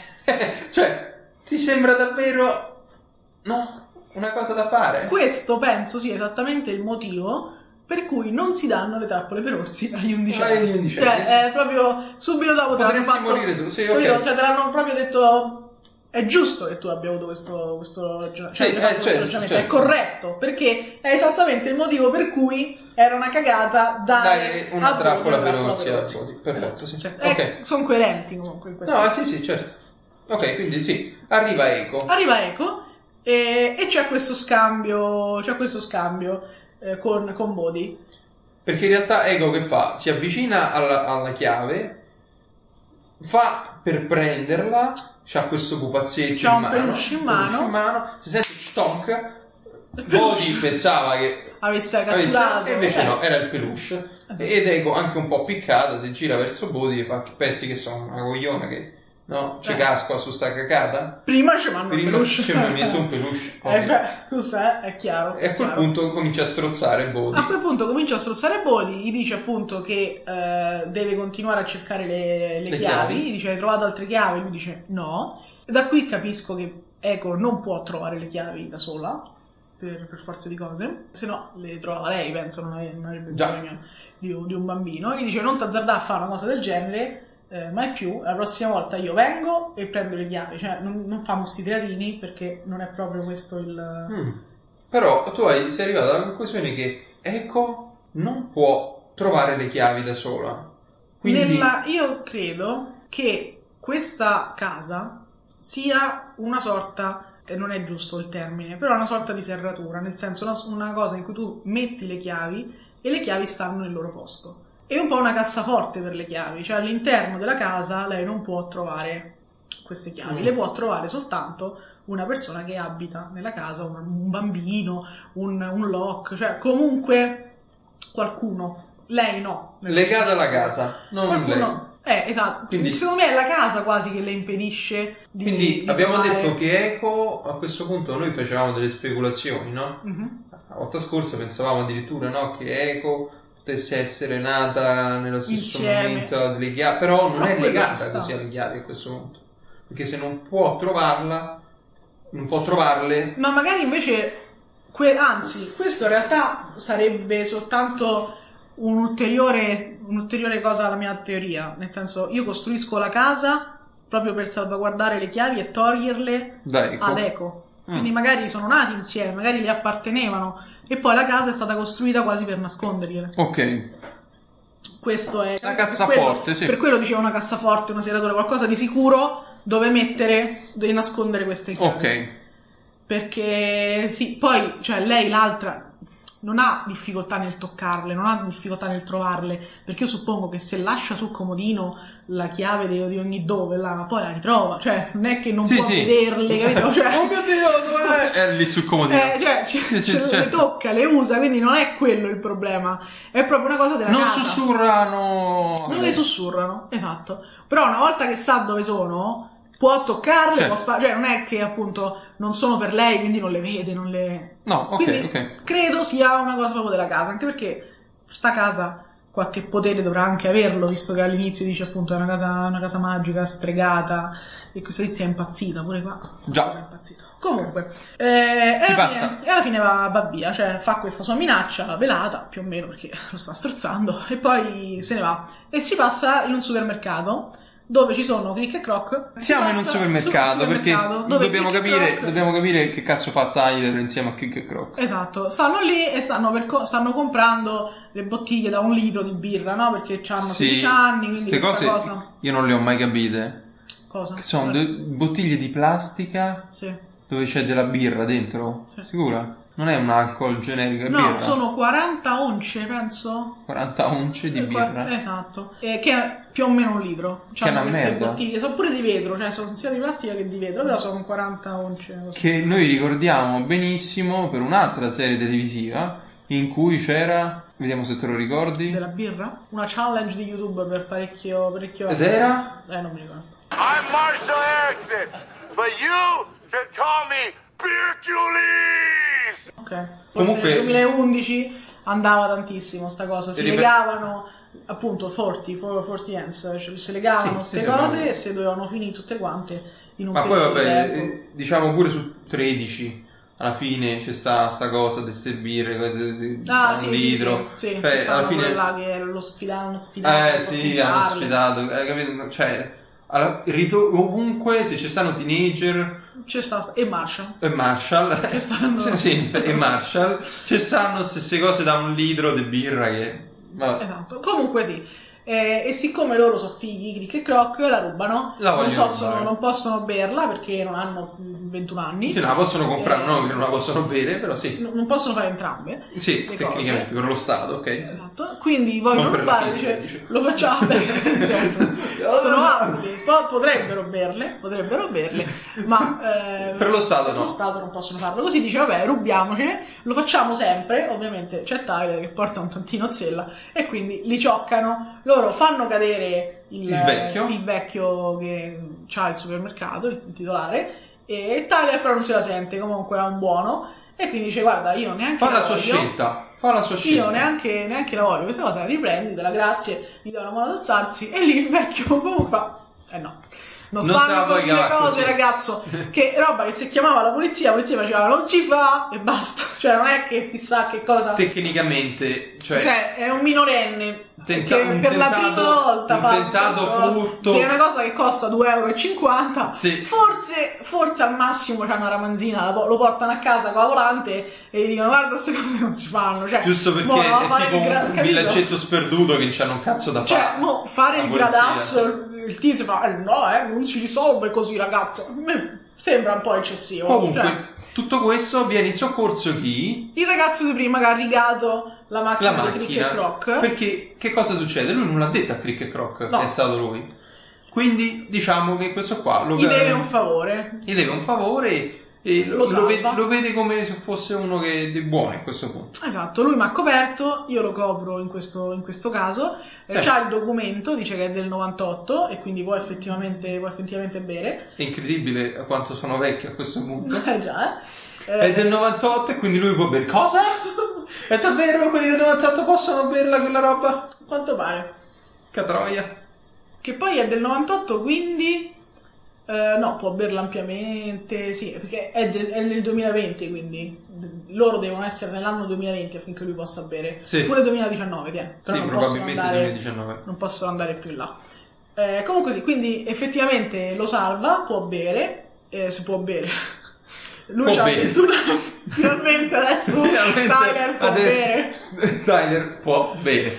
Cioè, ti sembra davvero, no, una cosa da fare? Questo penso sia esattamente il motivo per cui non si danno le trappole per orsi agli undicenni. Agli undicenni. Cioè, è proprio subito dopo te l'hanno fatto... morire tu, sì, ok. Cioè, te l'hanno proprio detto... È giusto che tu abbia avuto questo, questo ragionamento, cioè, sì, eh, questo certo, ragionamento. certo. È corretto, perché è esattamente il motivo per cui era una cagata dare, dare una trappola per orsi. esatto. Perfetto, sì. Cioè, okay. eh, sono coerenti comunque in questo. No, sì, sì, certo. Ok, quindi sì, arriva Eco. Arriva Eco e, e c'è questo scambio, c'è questo scambio eh, con, con Bodhi. Perché in realtà Eco che fa? Si avvicina alla, alla chiave, fa per prenderla, c'ha questo pupazzetto c'ha in mano, un peluche in mano. in mano, si sente stonk. Bodhi pensava che avesse catturato, e invece eh. no, era il peluche. Esatto. Ed Eco anche un po' piccata si gira verso Bodhi e fa: pensi che sono una cogliona che no, ci eh. casco su sta cacata? Prima ci manno un peluche, ci metto un peluche. Eh beh, scusa, eh, è chiaro. E a quel chiaro. punto comincia a strozzare Bodhi. A quel punto comincia a strozzare Bodhi, gli dice appunto che eh, deve continuare a cercare le, le, le chiavi. chiavi, gli dice: hai trovato altre chiavi? Lui dice no. E da qui capisco che Eco non può trovare le chiavi da sola, per, per forza di cose, se no le trovava lei, penso, non avrebbe, non avrebbe bisogno di, di un bambino. Gli dice: non t'azzardare a fare una cosa del genere, eh, mai più, la prossima volta io vengo e prendo le chiavi, cioè non, non famo sti tiratini, perché non è proprio questo il... Mm. Però tu hai, sei arrivato alla conclusione che Eco non può trovare le chiavi da sola. Quindi... Nella, io credo che questa casa sia una sorta, e non è giusto il termine, però una sorta di serratura, nel senso una, una cosa in cui tu metti le chiavi e le chiavi stanno nel loro posto. È un po' una cassaforte per le chiavi, cioè all'interno della casa lei non può trovare queste chiavi, mm. le può trovare soltanto una persona che abita nella casa, un, un bambino, un, un lock, cioè comunque qualcuno. Lei no. Legata alla casa, non qualcuno, lei. Eh, esatto. Quindi, secondo me è la casa quasi che le impedisce di... Quindi di abbiamo trovare... detto che Eco, a questo punto noi facevamo delle speculazioni, no? Mm-hmm. La volta scorsa pensavamo addirittura, no, che Eco potesse essere nata nello stesso Insieme. momento delle chiavi, però non però è legata sta. così alle chiavi a questo punto. Perché se non può trovarla, non può trovarle... Ma magari invece, que- anzi, questo in realtà sarebbe soltanto... Un'ulteriore, un'ulteriore cosa alla mia teoria, nel senso io costruisco la casa proprio per salvaguardare le chiavi e toglierle Eco. ad Eco, mm. quindi magari sono nati insieme, magari le appartenevano e poi la casa è stata costruita quasi per nascondergliele. Ok. Questo è la cassaforte, sì. Per quello dicevo una cassaforte, una serratura, qualcosa di sicuro dove mettere, dove nascondere queste chiavi. Ok. Perché sì, poi cioè lei l'altra non ha difficoltà nel toccarle, non ha difficoltà nel trovarle, perché io suppongo che se lascia sul comodino la chiave di, di ogni dove, la, poi la ritrova, cioè non è che non sì, può sì. vederle, capito? Cioè, oh mio Dio, dov'è? È lì sul comodino. Eh, cioè, c- sì, sì, c- certo. le tocca, le usa, quindi non è quello il problema, è proprio una cosa della non casa. Non sussurrano. Non le sussurrano, esatto. Però una volta che sa dove sono... può toccarle, certo. può fare, cioè non è che appunto non sono per lei, quindi non le vede, non le... No, ok, quindi, ok. Credo sia una cosa proprio della casa, anche perché sta casa qualche potere dovrà anche averlo, visto che all'inizio dice appunto è una casa, una casa magica, stregata, e questa tizia è impazzita pure qua. Già. È impazzito. Comunque, eh, si e, alla passa. fine, e alla fine va, va via, cioè fa questa sua minaccia velata, più o meno perché lo sta strozzando, e poi se ne va. E si passa in un supermercato, dove ci sono Crick e Croc. Siamo in un supermercato, perché dobbiamo capire, Croc... dobbiamo capire che cazzo fa Tyler insieme a Crick e Croc. Esatto, stanno lì e stanno, per co- stanno comprando le bottiglie da un litro di birra, no? Perché hanno sì, sedici anni, quindi questa cose cosa... io non le ho mai capite. Cosa? Che sono de- bottiglie di plastica, sì. dove c'è della birra dentro, sì. Sicura? Non è un alcol generico, è no, birra? No, sono quaranta once, penso. quaranta once di birra? Esatto, eh, che è più o meno un litro. Che è una queste merda. Bottiglie, sono pure di vetro, cioè sono sia di plastica che di vetro, però sono quaranta once. Che noi ricordiamo benissimo per un'altra serie televisiva in cui c'era, vediamo se te lo ricordi. Della birra? Una challenge di YouTube per parecchio, parecchio Ed era? Eh, non mi ricordo. I'm Marshall Erickson, but you can call me Hercules! Ok. Comunque nel duemilaundici andava tantissimo sta cosa, si Ripe- legavano appunto forty, forty ends, cioè si legavano queste sì, cose sì, e si dovevano finire tutte quante in un ma poi vabbè, tempo. eh, diciamo pure su tredici alla fine c'è sta, sta cosa di ste birre di, di, Ah, un sì, litro. sì, sì, sì. Cioè, alla fine là che lo sfidavano, sfidavano eh sì, hanno sfidato, hai capito? Cioè, alla, rito- ovunque se ci stanno teenager c'è sta, e Marshall e Marshall ci stanno... sì, sì, e Marshall ci stanno stesse cose da un litro di birra che vabbè. Esatto, comunque sì. Eh, e siccome loro sono fighi, Crick e Croc, la rubano, la non, vogliono possono, rubare. non possono berla perché non hanno ventuno anni. Sì, non la possono comprare, eh, no, che non la possono bere, però sì. n- non possono fare entrambe. Sì, le tecnicamente, cose. per lo Stato, ok. Esatto, quindi vogliono Non per la rubare, fisica, dice, dice. lo facciamo bene, certo. Sono abili, po- potrebbero berle, potrebbero berle, ma eh, Per lo Stato per no. lo Stato non possono farlo. Così dice, vabbè, rubiamocene, lo facciamo sempre, ovviamente c'è Tyler che porta un tantino zella e quindi li cioccano, loro fanno cadere il, Il vecchio. il vecchio che ha il supermercato, il titolare, e Tyler però non se la sente, comunque è un buono, e quindi dice, guarda, io neanche Fa la la sua voglio. scelta, fa la sua scelta. Io neanche, neanche la voglio, questa cosa la riprendi, della grazie, gli dà una mano ad alzarsi e lì il vecchio comunque fa, Eh no. Non, non stanno così le cose, così. Ragazzo. Che roba che se chiamava la polizia, la polizia faceva non si fa e basta. Cioè, non è che chissà che cosa. Tecnicamente, cioè, cioè è un minorenne. Tenta- che un per tentato, la prima volta un fa tentato furto. Che è una cosa che costa due euro e cinquanta. Sì. Forse, forse al massimo c'è una ramanzina, lo portano a casa con la volante e gli dicono guarda, queste cose non si fanno. Cioè, giusto perché mo, è tipo gra- un villaggetto sperduto che non c'hanno un cazzo da cioè, fare. Cioè, mo, fare la il polizia. gradasso. Il tizio fa, eh, no, eh, non si risolve così, ragazzo. Mi sembra un po' eccessivo. Comunque, cioè, tutto questo viene in soccorso chi? Il ragazzo di prima che ha rigato la macchina, la di macchina. Crick e Croc. Perché che cosa succede? Lui non l'ha detto a Crick e Croc, no. che è stato lui. Quindi diciamo che questo qua lo gli deve un favore. Gli deve un favore e lo, lo, vede, lo vede come se fosse uno che è buono a questo punto. Esatto, lui mi ha coperto, io lo copro in questo, in questo caso. Sì. Eh, c'ha il documento, dice che è del novantotto e quindi può effettivamente, può effettivamente bere. È incredibile quanto sono vecchio a questo punto. Eh già, eh. È del novantotto e quindi lui può bere. Cosa? È davvero quelli del novantotto possono berla quella roba? Quanto pare. Che troia. Che poi è del novantotto, quindi eh, no, può berla ampiamente, sì, perché è, del, è nel duemilaventi, quindi loro devono essere nell'anno duemilaventi affinché lui possa bere. Sì. Pure duemiladiciannove, tieni. Però sì, non probabilmente andare, duemiladiciannove. Non possono andare più in là. Eh, comunque sì, quindi effettivamente lo salva, può bere, eh, si può bere. Lui c'ha ventuno anni, finalmente adesso finalmente Tyler può adesso, bere. Tyler può bere.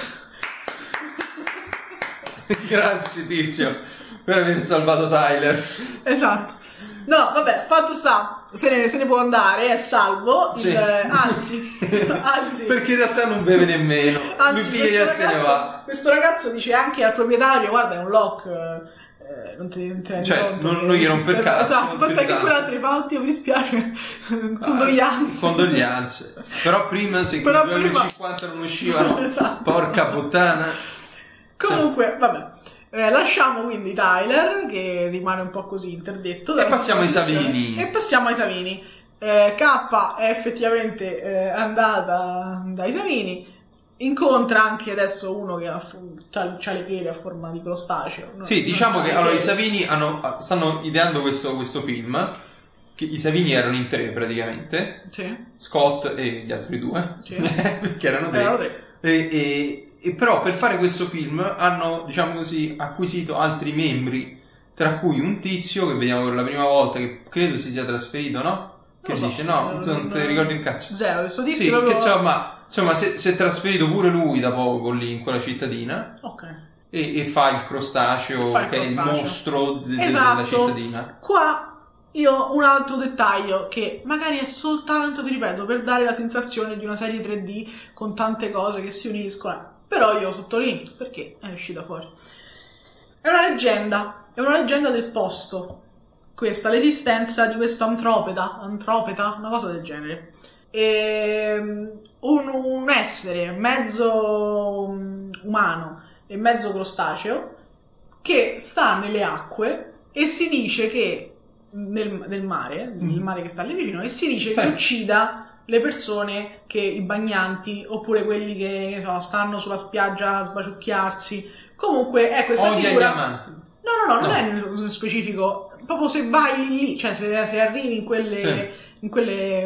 Grazie tizio per aver salvato Tyler. Esatto. No, vabbè, fatto sta, se ne, se ne può andare, è salvo. Sì. Il, anzi, anzi, perché in realtà non beve nemmeno. Anzi, lui piglia e se ne va. Questo ragazzo dice anche al proprietario: guarda, è un lock. Eh, non ti, non ti rendi cioè, conto non, non gli rompe il cazzo. Esatto, perché anche quell'altro gli fa: oddio, mi dispiace. Condoglianze. Ah, condoglianze. Però prima, se Però due euro e cinquanta non uscivano, esatto. Porca puttana. Comunque, sì. Vabbè. Eh, lasciamo quindi Tyler che rimane un po' così interdetto e passiamo ai Savini e passiamo ai Savini. eh, K è effettivamente eh, andata dai Savini, incontra anche adesso uno che ha, c'ha, c'ha le piede a forma di crostaceo. Sì, non diciamo che allora i Savini hanno, stanno ideando questo, questo film che i Savini erano in tre praticamente, sì. Scott e gli altri due, sì. Perché erano tre, erano tre. E, e E però per fare questo film hanno, diciamo così, acquisito altri membri, tra cui un tizio che vediamo per la prima volta, che credo si sia trasferito, no? Che non dice, so, no, non, tu non te ne ricordi un cazzo. Zero, adesso tizio sì, proprio... che insomma, insomma si, si è trasferito pure lui da poco lì in quella cittadina. Ok. E, e fa il crostaceo, fa il che crostaceo. è il mostro de, esatto. della cittadina. Qua io un altro dettaglio che magari è soltanto, ti ripeto, per dare la sensazione di una serie tre D con tante cose che si uniscono. Però io sottolineo perché è uscita fuori. È una leggenda, è una leggenda del posto. Questa, l'esistenza di questo antropeda, antropeta, una cosa del genere. E un, un essere mezzo umano e mezzo crostaceo che sta nelle acque e si dice che nel, nel mare, mm. il mare che sta lì vicino, e si dice sì. che uccida le persone, che i bagnanti oppure quelli che, che so, stanno sulla spiaggia a sbaciucchiarsi. Comunque è questa odia figura. Gli amanti. No, no, no, non no. è nello specifico. Proprio se vai lì, cioè se, se arrivi in quelle, sì. in quelle,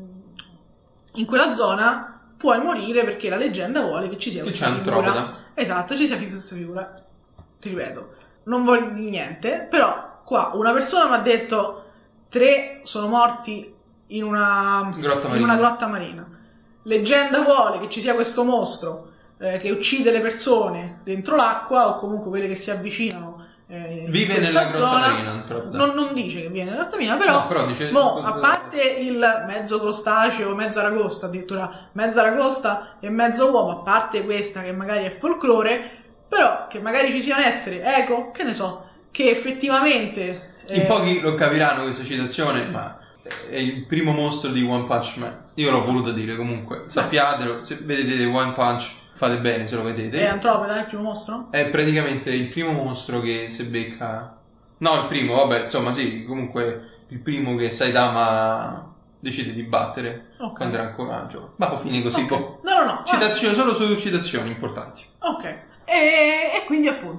in quella zona, puoi morire perché la leggenda vuole che ci sia che questa c'è figura. Antropeda. Esatto, ci sia questa figura. Ti ripeto, non voglio dire niente, però qua una persona mi ha detto tre sono morti in una grotta, in una grotta marina. Leggenda vuole che ci sia questo mostro eh, che uccide le persone dentro l'acqua o comunque quelle che si avvicinano. Eh, Vive nella grotta zona. marina. Non, non dice che viene nella grotta marina, però, no, però dice mo, a parte il mezzo crostaceo, mezza aragosta, addirittura mezza aragosta e mezzo uomo, a parte questa che magari è folklore, però che magari ci sia un essere, ecco, che ne so, che effettivamente... Eh, in pochi lo capiranno questa citazione, ma... è il primo mostro di One Punch Man. Io l'ho voluto dire comunque. Sappiatelo, se vedete One Punch fate bene se lo vedete. È Antropeda il primo mostro? È praticamente il primo mostro che se becca. No, il primo, vabbè, insomma, sì, comunque il primo che Saitama decide di battere okay. quando era ancora giovane. Ma fine così. Okay. No, no, no. Citazioni, solo su citazioni importanti. Ok. E, e quindi appunto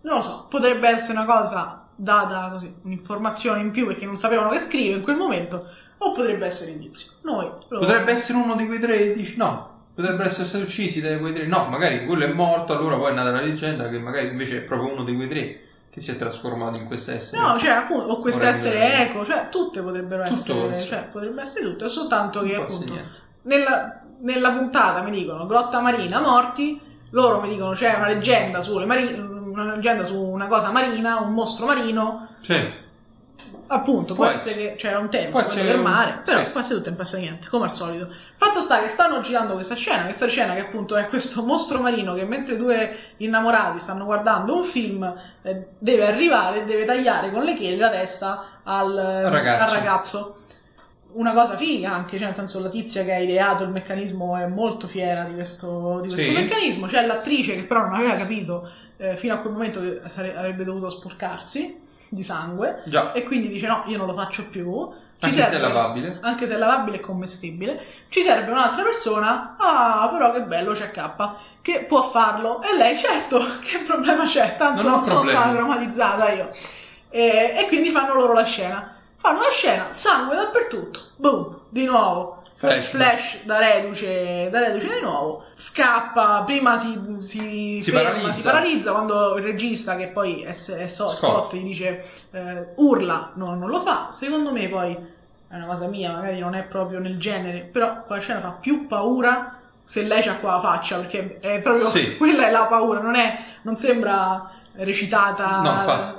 non lo so, potrebbe essere una cosa data così, un'informazione in più perché non sapevano che scrive in quel momento, o potrebbe essere indizio. Noi lo... Potrebbe essere uno di quei tre, dici no, potrebbero essere stati uccisi da quei tre, no, magari quello è morto, allora poi è nata la leggenda che magari invece è proprio uno di quei tre che si è trasformato in questa essere. No, cioè appunto, o queste essere rendere... eco, cioè tutte potrebbero tutto essere, cioè potrebbe essere tutto, è soltanto che appunto niente. nella, nella puntata mi dicono grotta marina, morti, loro mi dicono c'è una leggenda sulle marine, una leggenda su una cosa marina, un mostro marino. Sì. Appunto, può, può essere che c'era un tema, può quello essere del mare, un... però sì. quasi tutto non passa niente, come al solito. Fatto sta che stanno girando questa scena, questa scena che appunto è questo mostro marino che mentre due innamorati stanno guardando un film eh, deve arrivare e deve tagliare con le chieli la testa al, al, ragazzo. al ragazzo. Una cosa figa anche, cioè nel senso la tizia che ha ideato il meccanismo è molto fiera di questo, di questo sì. meccanismo. C'è l'attrice che però non aveva capito eh, fino a quel momento che sare- avrebbe dovuto sporcarsi di sangue. Già. E quindi dice no, io non lo faccio più. Ci anche serve, se è lavabile. Anche se è lavabile e commestibile. Ci serve un'altra persona. Ah, però che bello, c'è K che può farlo. E lei, certo, che problema c'è? Tanto non, non sono stata traumatizzata io. E, e quindi fanno loro la scena. Fanno la scena, sangue dappertutto. Boom, di nuovo. Flash, Flash da reduce, da reduce di nuovo, scappa, prima si, si, si, ferma, paralizza. si paralizza quando il regista, che poi è, è so, Scott. Scott, gli dice eh, urla, no, non lo fa. Secondo me poi è una cosa mia, magari non è proprio nel genere, però quella scena fa più paura se lei c'ha qua la faccia, perché è proprio sì. quella è la paura, non è, non sembra recitata. No, fa.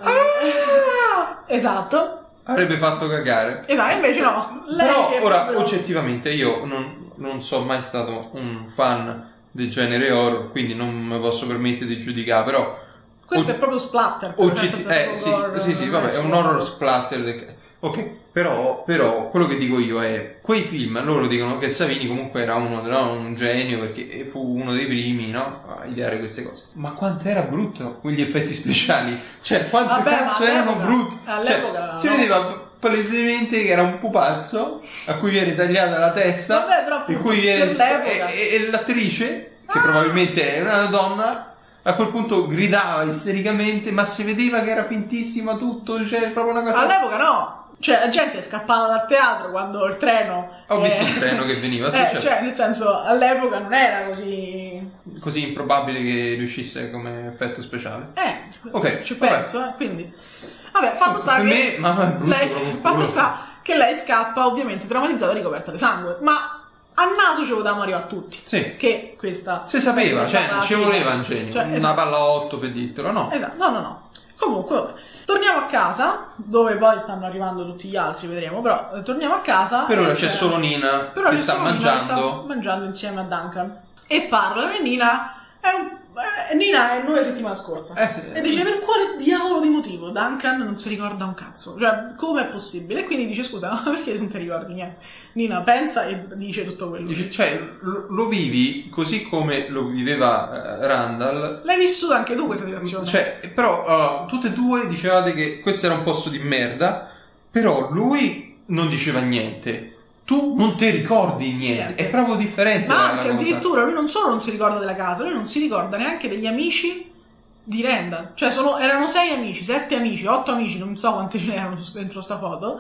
Ah! Esatto. Avrebbe fatto cagare. Esatto, invece no. Lei però che ora proprio... oggettivamente io non, non sono mai stato un fan del genere horror, quindi non mi posso permettere di giudicare, però questo o- è proprio splatter. oggetti- è eh sì, horror, sì sì vabbè è un horror splatter del... ok, però, però quello che dico io è quei film, loro dicono che Savini comunque era uno, no, un genio perché fu uno dei primi, no, a ideare queste cose, ma quanto era brutto quegli effetti speciali, cioè quanto Vabbè, cazzo erano brutti, all'epoca cioè, si no. vedeva palesemente che era un pupazzo a cui viene tagliata la testa. Vabbè, però, e cui viene per e, e, e l'attrice che ah. probabilmente è una donna a quel punto gridava istericamente, ma si vedeva che era fintissima tutto, cioè proprio una cosa. All'epoca no, cioè la gente è scappata dal teatro quando il treno ho eh, visto il treno che veniva sì, eh, certo. cioè nel senso all'epoca non era così così improbabile che riuscisse come effetto speciale. eh ok, ci vabbè. penso eh, quindi vabbè fatto sta per che me mamma è brutto, lei, proprio, fatto brutto. sta che lei scappa ovviamente traumatizzata e ricoperta di sangue, ma a naso ci potevamo arrivare a tutti. Sì. Che questa si sapeva, questa cioè parte- ci voleva un genio, cioè, una esatto. palla a otto per dirtelo, no? Esatto, no, no, no. Comunque, vabbè. Torniamo a casa, dove poi stanno arrivando tutti gli altri, vedremo, però eh, torniamo a casa. Per ora c'è c'è solo Nina però che c'è sta solo Nina che mangiando. sta mangiando insieme a Duncan. E parla, e Nina è un... eh, Nina è noi la settimana scorsa. Eh sì. E dice, per quale diavolo di motivo Duncan non si ricorda un cazzo? Cioè, come è possibile? E quindi dice, scusa, ma perché non ti ricordi niente? Nina pensa e dice tutto quello. Dice, cioè, lo, lo vivi così come lo viveva uh, Randall. L'hai vissuta anche tu questa situazione? Cioè, però, uh, tutte e due dicevate che questo era un posto di merda, però lui non diceva niente. Tu non ti ricordi niente, Niente. è proprio differente. Ma la- anzi, la cosa. addirittura lui non solo non si ricorda della casa, lui non si ricorda neanche degli amici di Randall. Cioè, sono, erano sei amici, sette amici, otto amici, non so quanti ce n'erano dentro sta foto.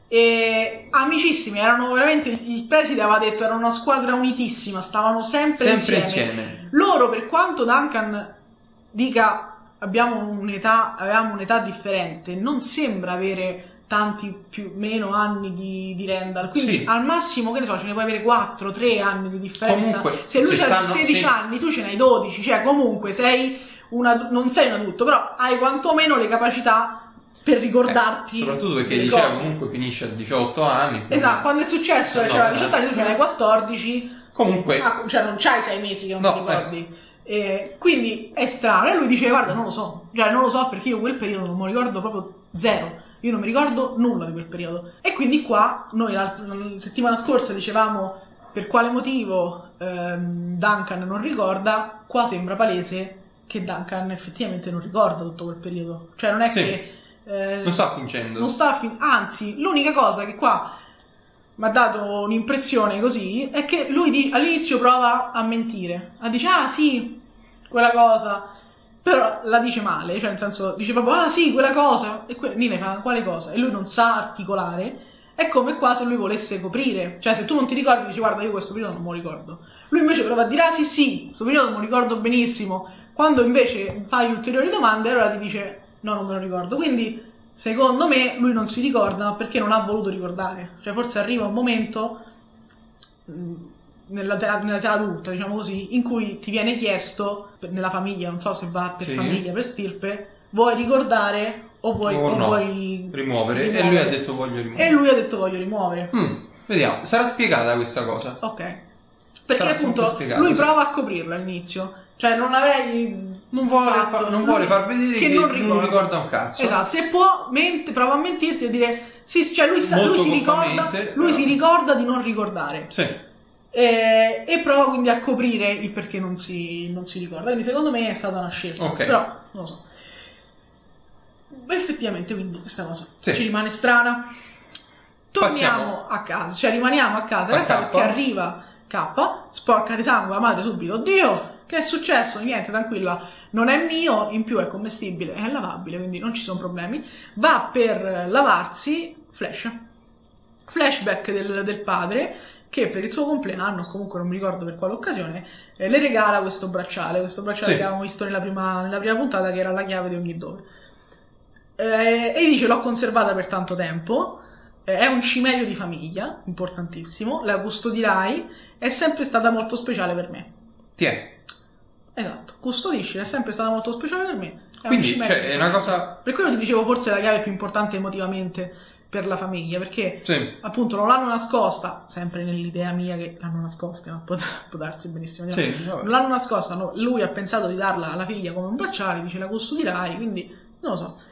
E amicissimi, erano veramente. Il preside aveva detto era una squadra unitissima, stavano sempre, Sempre insieme. insieme. Loro, per quanto Duncan dica abbiamo un'età, avevamo un'età differente, non sembra avere tanti più meno anni di, di Randall, quindi Sì. al massimo che ne so ce ne puoi avere quattro tre anni di differenza. Comunque, se lui se ha stanno- sedici sì. anni tu ce n'hai dodici, cioè comunque sei una, non sei un adulto, però hai quantomeno le capacità per ricordarti Eh, soprattutto perché delle diceva cose. comunque finisce a diciotto anni. quindi- Esatto, quando è successo No, c'era eh. diciotto anni, tu ce n'hai quattordici. Comunque, Ah, cioè non c'hai sei mesi che non No, ti ricordi. Eh, quindi è strano. E lui dice guarda non lo so, cioè non lo so perché io quel periodo non me lo ricordo proprio zero, io non mi ricordo nulla di quel periodo. E quindi qua noi la settimana scorsa dicevamo per quale motivo ehm, Duncan non ricorda, qua sembra palese che Duncan effettivamente non ricorda tutto quel periodo, cioè non è Sì. che eh, non sta vincendo. non sta fin- anzi l'unica cosa che qua mi ha dato un'impressione così è che lui di- all'inizio prova a mentire, a dire ah sì quella cosa Però la dice male, cioè nel senso, dice proprio, ah sì, quella cosa, e que- Nina fa, quale cosa? E lui non sa articolare, è come qua se lui volesse coprire, cioè se tu non ti ricordi, dici, guarda, io questo periodo non me lo ricordo. Lui invece prova a dire, ah sì sì, questo periodo me lo ricordo benissimo, quando invece fai ulteriori domande, allora ti dice, no, non me lo ricordo. Quindi, secondo me, lui non si ricorda perché non ha voluto ricordare, cioè forse arriva un momento... Nella età, nella età adulta, diciamo così, in cui ti viene chiesto, nella famiglia, non so se va per sì. famiglia, per stirpe, vuoi ricordare o vuoi, o o no. vuoi rimuovere. rimuovere. E lui ha detto voglio rimuovere. E lui ha detto voglio rimuovere. Mm, vediamo, sarà spiegata questa cosa. Ok. Perché sarà appunto spiegato, lui sì. prova a coprirlo all'inizio. Cioè non avrei... Non vuole, fatto, fa, non vuole far vedere che, che non, ricorda. non ricorda un cazzo. Esatto, se può, mente, prova a mentirti e dire... Sì, cioè lui, sa, lui, si, ricorda, lui però... si ricorda di non ricordare. Sì. E, e prova quindi a coprire il perché non si, non si ricorda. Quindi secondo me è stata una scelta, okay. Però non lo so. Effettivamente quindi questa cosa sì. ci rimane strana. Torniamo Passiamo. a casa, cioè rimaniamo a casa in a realtà K. perché arriva K, sporca di sangue la madre subito, oddio, che è successo? Niente, tranquilla, non è mio, in più è commestibile, è lavabile, quindi non ci sono problemi. Va per lavarsi, flash flashback del, del padre che per il suo compleanno, comunque non mi ricordo per quale occasione, eh, le regala questo bracciale, questo bracciale sì. che avevamo visto nella prima, nella prima puntata, che era la chiave di ogni dove. Eh, e dice, l'ho conservata per tanto tempo, eh, è un cimelio di famiglia, importantissimo, la custodirai, è sempre stata molto speciale per me. Ti è? Esatto, custodisci, è sempre stata molto speciale per me. È Quindi, un cioè, è una cosa... Per quello ti dicevo, forse la chiave più importante emotivamente per la famiglia, perché sì. appunto non l'hanno nascosta, sempre nell'idea mia che l'hanno nascosta, ma può, può darsi benissimo, sì, non l'hanno nascosta, no, lui ha pensato di darla alla figlia come un bracciale, dice la custodirai, quindi non lo so.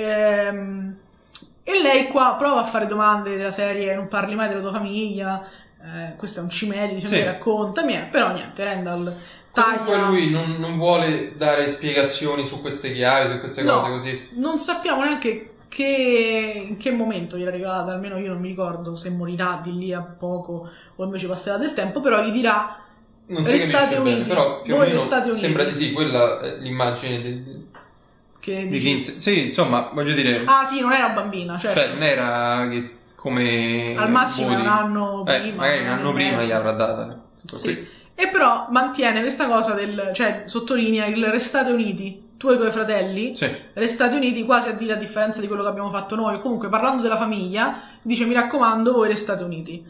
Ehm, e lei qua prova a fare domande della serie, non parli mai della tua famiglia, eh, questo è un cimelio, diciamo, sì. che raccontami, però niente, Randall taglia. Comunque lui non, non vuole dare spiegazioni su queste chiavi, su queste no, cose così. Non sappiamo neanche che in che momento gliel'ha regalata, almeno io non mi ricordo se morirà di lì a poco o invece passerà del tempo, però gli dirà non si restate capisce uniti, bene, però più o voi meno restate uniti. Sembra di sì, quella è l'immagine di, che di Kinsey. Sì, insomma, voglio dire, ah sì, non era bambina, certo. Cioè non era che come al massimo Bodi. un anno eh, prima, magari un anno prima gli avrà data sì. E però mantiene questa cosa del, cioè sottolinea il restate uniti, tu e i tuoi fratelli sì. restate uniti, quasi a dire a differenza di quello che abbiamo fatto noi. Comunque parlando della famiglia dice mi raccomando voi restate uniti.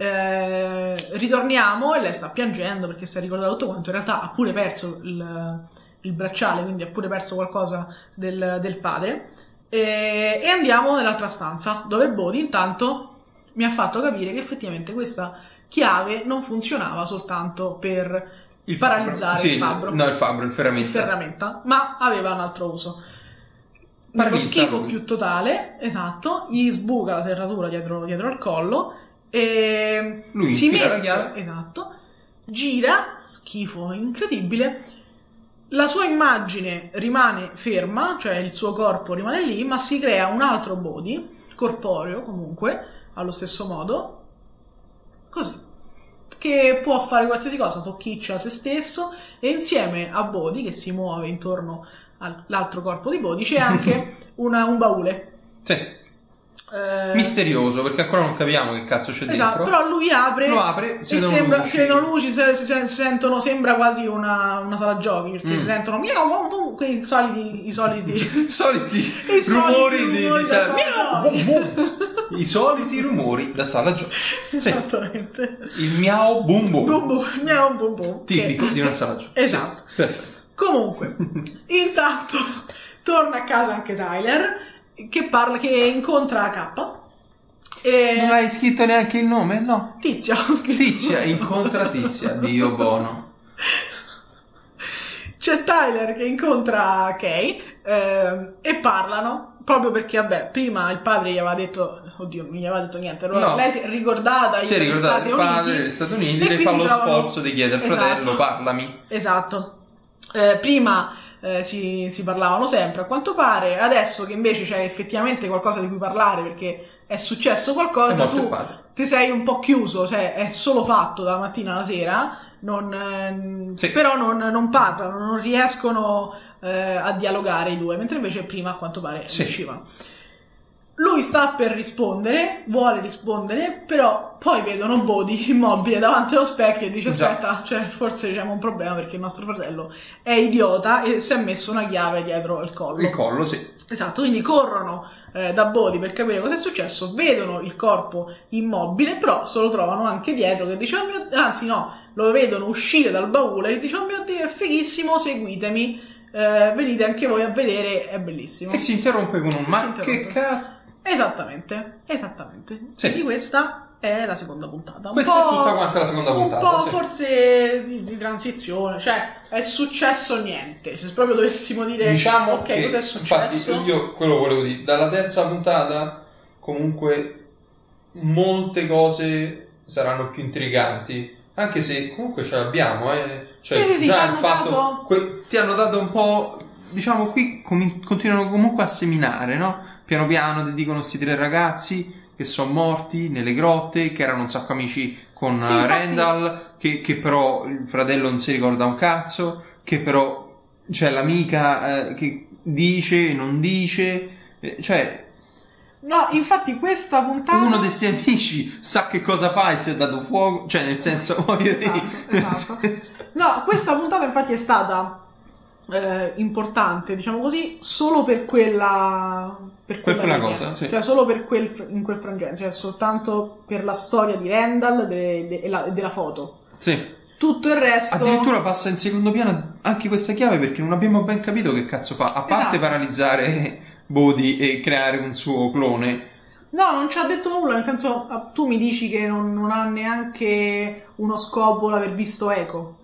Eh, ritorniamo e lei sta piangendo perché si è ricordato tutto quanto, in realtà ha pure perso il, il bracciale, quindi ha pure perso qualcosa del, del padre. E, e andiamo nell'altra stanza dove Bodi intanto mi ha fatto capire che effettivamente questa chiave non funzionava soltanto per il paralizzare sì, il fabbro, no il fabbro, il ferramenta. il ferramenta, ma aveva un altro uso. Lo schifo lui. Più totale, esatto, gli sbuca la serratura dietro, dietro al collo e lui si mette, la chiave. esatto, gira, schifo incredibile, la sua immagine rimane ferma, cioè il suo corpo rimane lì, ma si crea un altro Bodi, corporeo comunque, allo stesso modo, così, che può fare qualsiasi cosa, tocchiccia se stesso, e insieme a Bodi che si muove intorno all'altro corpo di Bodi c'è anche una, un baule. Sì. Eh, misterioso, perché ancora non capiamo che cazzo c'è esatto, dentro. Però lui apre, lo apre si e vedono sembra, luci. si vedono luci, si, si, si sentono, sembra quasi una, una sala giochi, perché mm. si sentono miau, miau, miau, quei soliti, i soliti soliti i rumori soliti di, rumori di da sala, sala miau, boom, boom. I soliti rumori da sala giochi. Sì. Esattamente. Il miau boom boom. Boom boom, miau boom boom. Tipico che... di una sala giochi. Esatto. Sì. Perfetto. Comunque, intanto torna a casa anche Tyler, che parla, che incontra K. E... Non hai scritto neanche il nome? No. Tizia, ho scritto. Tizia, incontra Tizia, Dio buono. C'è Tyler che incontra Kay eh, e parlano, proprio perché, vabbè, prima il padre gli aveva detto, oddio, non gli aveva detto niente, allora no. lei si è ricordata, si è ricordata il padre degli Stati Uniti, lei fa lo diciamo, sforzo di chiedere al esatto, fratello, parlami. Esatto. Eh, prima eh, si, si parlavano sempre, a quanto pare, adesso che invece c'è effettivamente qualcosa di cui parlare, perché è successo qualcosa, tu ti sei un po' chiuso, cioè è solo fatto dalla mattina alla sera, non, sì. però non, non parlano, non riescono eh, a dialogare i due, mentre invece prima a quanto pare sì. riuscivano. Lui sta per rispondere, vuole rispondere, però poi vedono Bodhi immobile davanti allo specchio e dice aspetta, cioè, forse abbiamo un problema perché il nostro fratello è idiota e si è messo una chiave dietro il collo. Il collo, sì. Esatto, quindi corrono eh, da Bodhi per capire cosa è successo, vedono il corpo immobile, però se lo trovano anche dietro che dice, oh mio Dio, anzi no, lo vedono uscire dal baule e dice, oh mio Dio, è fighissimo, seguitemi, eh, venite anche voi a vedere, è bellissimo. E si interrompe con un ma che cazzo. Esattamente, esattamente. Sì. Quindi questa è la seconda puntata. Un questa po', è tutta quanta la seconda puntata. Un po' sì. forse di, di transizione, cioè è successo niente. Se proprio dovessimo dire diciamo ok, che, cos'è successo? Infatti io quello volevo dire, dalla terza puntata comunque molte cose saranno più intriganti, anche se comunque ce l'abbiamo, eh. Cioè sì, sì, sì, già il fatto dato... que- ti hanno dato un po', diciamo qui com- continuano comunque a seminare, no? Piano piano ti dicono questi tre ragazzi che sono morti nelle grotte, che erano un sacco amici con sì, uh, Randall, che, che però il fratello non si ricorda un cazzo, che però c'è l'amica eh, che dice e non dice, eh, cioè... No, infatti questa puntata... Uno dei suoi amici sa che cosa fa e si è dato fuoco, cioè nel senso... Voglio esatto, dire, esatto. No, questa puntata infatti è stata... Eh, importante, diciamo così, solo per quella per quella, quella cosa, sì. Cioè solo per quel in quel frangente, cioè soltanto per la storia di Randall de, de, e, la, e della foto. Sì. Tutto il resto addirittura passa in secondo piano anche questa chiave perché non abbiamo ben capito che cazzo fa, a parte esatto. paralizzare Bodhi e creare un suo clone. No, non ci ha detto nulla, nel senso tu mi dici che non, non ha neanche uno scopo l'aver visto Echo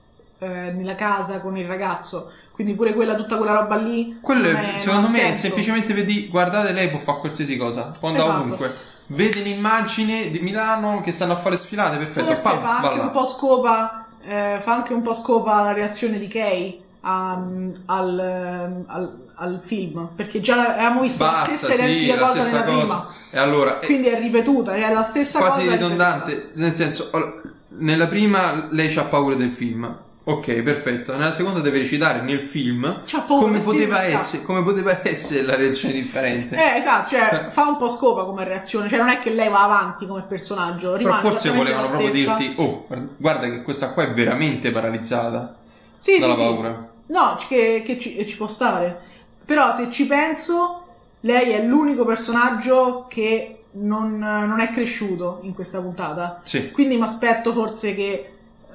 nella casa con il ragazzo, quindi pure quella tutta quella roba lì quello è, secondo me senso. Semplicemente vedi, guardate, lei può fare qualsiasi cosa, può andare esatto. ovunque, vedi l'immagine di Milano che stanno a fare sfilate, perfetto, forse Pam, fa anche un po' scopa eh, fa anche un po' scopa la reazione di Kay um, al, al, al film, perché già avevamo visto Basta, la stessa identica sì, cosa la stessa nella cosa. prima E allora, quindi è ripetuta, è la stessa quasi cosa ridondante, ripetuta. Nel senso, nella prima lei c'ha paura del film. Ok, perfetto. Nella seconda deve recitare nel film. Come poteva film essere, come poteva essere la reazione differente? Eh, esatto, cioè fa un po' scopa come reazione, cioè non è che lei va avanti come personaggio, rimane però forse volevano proprio stessa. dirti "Oh, guarda che questa qua è veramente paralizzata sì, dalla sì, paura". Sì. No, che, che ci, ci può stare. Però se ci penso, lei è l'unico personaggio che non, non è cresciuto in questa puntata. Sì. Quindi mi aspetto forse che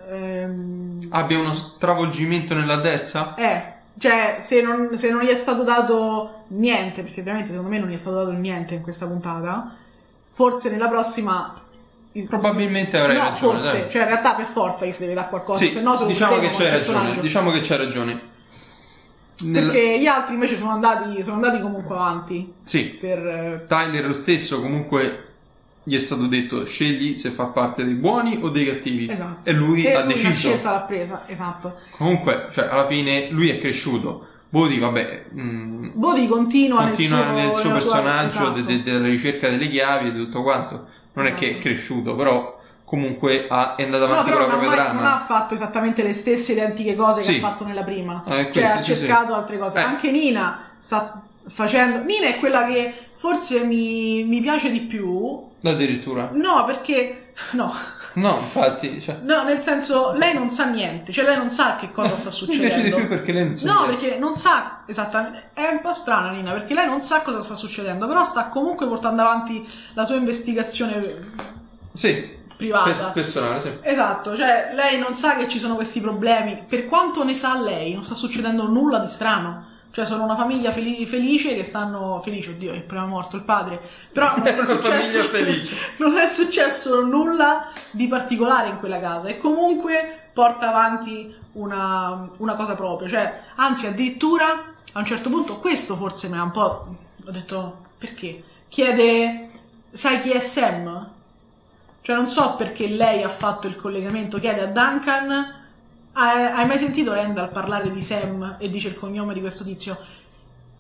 abbia uno stravolgimento nella terza? Eh, cioè se non, se non gli è stato dato niente, perché ovviamente secondo me non gli è stato dato niente in questa puntata, forse nella prossima probabilmente avrai no, ragione, forse, dai. Cioè in realtà per forza gli si deve dare qualcosa, sì, se no se lo diciamo che c'hai ragione, personaggio. diciamo che c'hai ragione. Nella... Perché gli altri invece sono andati sono andati comunque avanti. Sì. Per Tyler lo stesso comunque gli è stato detto scegli se fa parte dei buoni o dei cattivi, esatto. e lui e ha lui deciso, una scelta l'ha presa, esatto. Comunque, cioè alla fine lui è cresciuto. Bodhi, vabbè, mh, Bodhi continua, continua nel suo, nel suo personaggio sua... esatto. de, de, della ricerca delle chiavi e di tutto quanto. Non esatto. è che è cresciuto, però comunque ha, è andato avanti no, con la propria mai, trama. Non ha fatto esattamente le stesse identiche cose sì. che ha fatto nella prima, eh, cioè questo, ha sì, cercato sì. altre cose. Eh. Anche Nina sta facendo. Nina è quella che forse mi, mi piace di più. Addirittura? No, perché no. No, infatti, cioè... no, nel senso, lei non sa niente, cioè lei non sa che cosa sta succedendo. Mi piace di più perché lei non sa no, niente. perché non sa esattamente. È un po' strana Nina, perché lei non sa cosa sta succedendo, però sta comunque portando avanti la sua investigazione. Sì. Privata. Per- personale, sì. Esatto, cioè lei non sa che ci sono questi problemi. Per quanto ne sa lei, non sta succedendo nulla di strano. Cioè sono una famiglia fel- felice che stanno felice, oddio, è prima morto il padre. Però non è, successo, non è successo nulla di particolare in quella casa. E comunque porta avanti una, una cosa propria. Cioè, anzi, addirittura a un certo punto, questo forse mi ha un po'. Ho detto, perché? Chiede, sai chi è Sam? Cioè non so perché lei ha fatto il collegamento, chiede a Duncan, hai mai sentito Randall parlare di Sam e dice il cognome di questo tizio?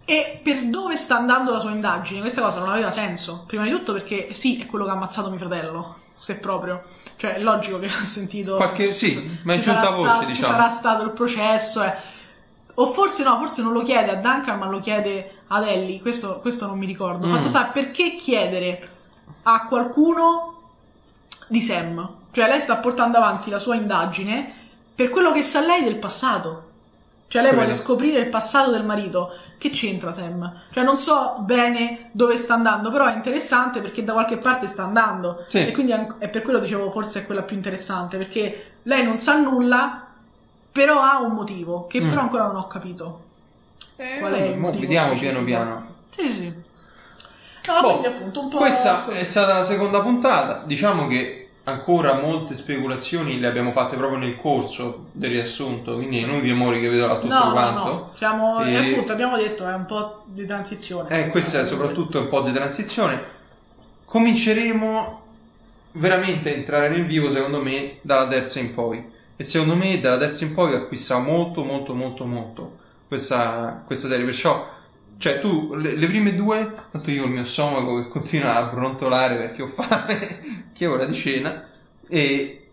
E per dove sta andando la sua indagine? Questa cosa non aveva senso. Prima di tutto perché sì, è quello che ha ammazzato mio fratello, se proprio. Cioè è logico che ha sentito... Qualche, sì, ci, ma è giunta voce, stato, diciamo. Ci sarà stato il processo, eh. O forse no, forse non lo chiede a Duncan, ma lo chiede ad Ellie. Questo, questo non mi ricordo. Mm. Fatto sta, perché chiedere a qualcuno di Sam? Cioè lei sta portando avanti la sua indagine per quello che sa lei del passato. Cioè lei Quello. vuole scoprire il passato del marito. Che c'entra Sam? Cioè non so bene dove sta andando, però è interessante perché da qualche parte sta andando. Sì. E quindi è per quello dicevo forse è quella più interessante, perché lei non sa nulla, però ha un motivo, che Mm. però ancora non ho capito. Eh, Qual è il mo motivo vediamo specifico? piano piano. Sì, sì. No, Boh, quindi appunto un po' questa così. è stata la seconda puntata. Diciamo che ancora molte speculazioni le abbiamo fatte proprio nel corso del riassunto, quindi è inutile Mori che vedrà tutto No, no, quanto. no. Siamo, E- e appunto abbiamo detto è un po' di transizione. Eh, questo è soprattutto un po' di transizione. Cominceremo veramente a entrare nel vivo, secondo me, dalla terza in poi. E secondo me dalla terza in poi acquista molto, molto, molto, molto questa, questa serie. Perciò, cioè, tu le, le prime due, tanto io ho il mio stomaco che continua a brontolare perché ho fame, che è ora di cena, e,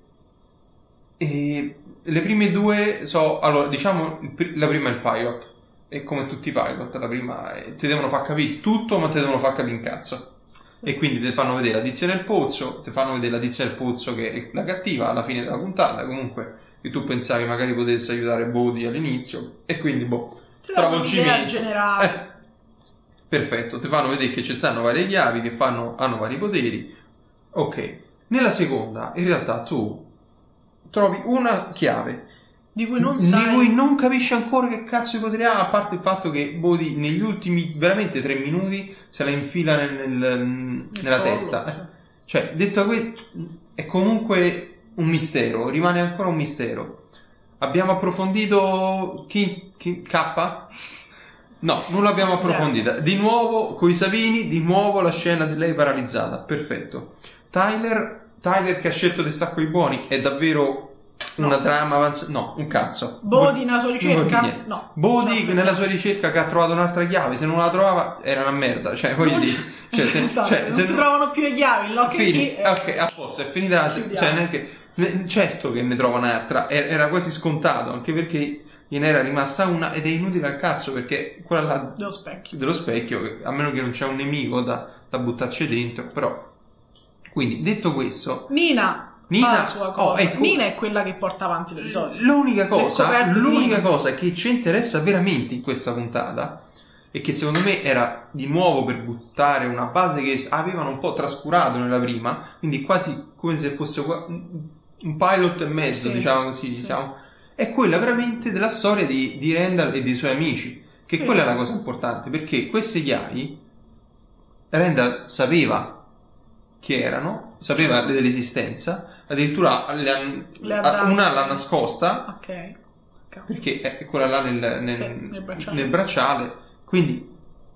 e le prime due so, allora, diciamo, il pri- la prima è il pilot. E come tutti i pilot, la prima è, ti devono far capire tutto, ma ti devono far capire in cazzo. Sì. E quindi ti fanno vedere la Dizione del Pozzo, ti fanno vedere la Dizione del Pozzo che è la cattiva alla fine della puntata, comunque che tu pensavi magari potesse aiutare Bodhi all'inizio, e quindi boh, stravolgimento generale. eh, perfetto, ti fanno vedere che ci stanno varie chiavi che fanno, hanno vari poteri. Ok, nella seconda in realtà tu trovi una chiave di cui non sai, di cui non capisci ancora che cazzo di poteri ha, a parte il fatto che Bodhi negli ultimi veramente tre minuti se la infila nel, nel, nella collo, testa. cioè. Cioè, detto questo, è comunque un mistero, rimane ancora un mistero. Abbiamo approfondito chi, chi K? No, non l'abbiamo approfondita. Di nuovo coi Savini, di nuovo la scena di lei paralizzata. Perfetto. Tyler, Tyler che ha scelto di stare con i buoni, è davvero una No. trama avanzata. No, un cazzo. Bodhi nella sua ricerca? Bodhi, No. Bodhi No, nella sua ricerca che ha trovato un'altra chiave, se non la trovava era una merda. Cioè, voglio dire, cioè, se, esatto, cioè, non se si trovano più le chiavi, il lock and Fini, key è- ok, a posto, è finita la se- Chiudiamo. cioè neanche ne- certo che ne trova un'altra, era, era quasi scontato, anche perché gliene era rimasta una ed è inutile al cazzo perché quella là dello specchio. dello specchio, che- a meno che non c'è un nemico da, da buttarci dentro, però quindi detto questo, Nina, Nina- fa la sua cosa. oh, ecco. Nina è quella che porta avanti l'episodio. l'unica cosa, scoperte di l'unica Nina. cosa che ci interessa veramente in questa puntata e che secondo me era di nuovo per buttare una base che avevano un po' trascurato nella prima, quindi quasi come se fosse qua- un un pilot e mezzo, Sì, diciamo così, sì. diciamo, è quella veramente della storia di, di Randall e dei suoi amici, che Sì. quella è la cosa importante, perché queste chiavi Randall sapeva che erano, sapeva Certo. dell'esistenza, addirittura le han- Le ha una date. l'ha nascosta Ok. Ok. perché è quella là nel, nel, Sì, nel bracciale. nel bracciale, quindi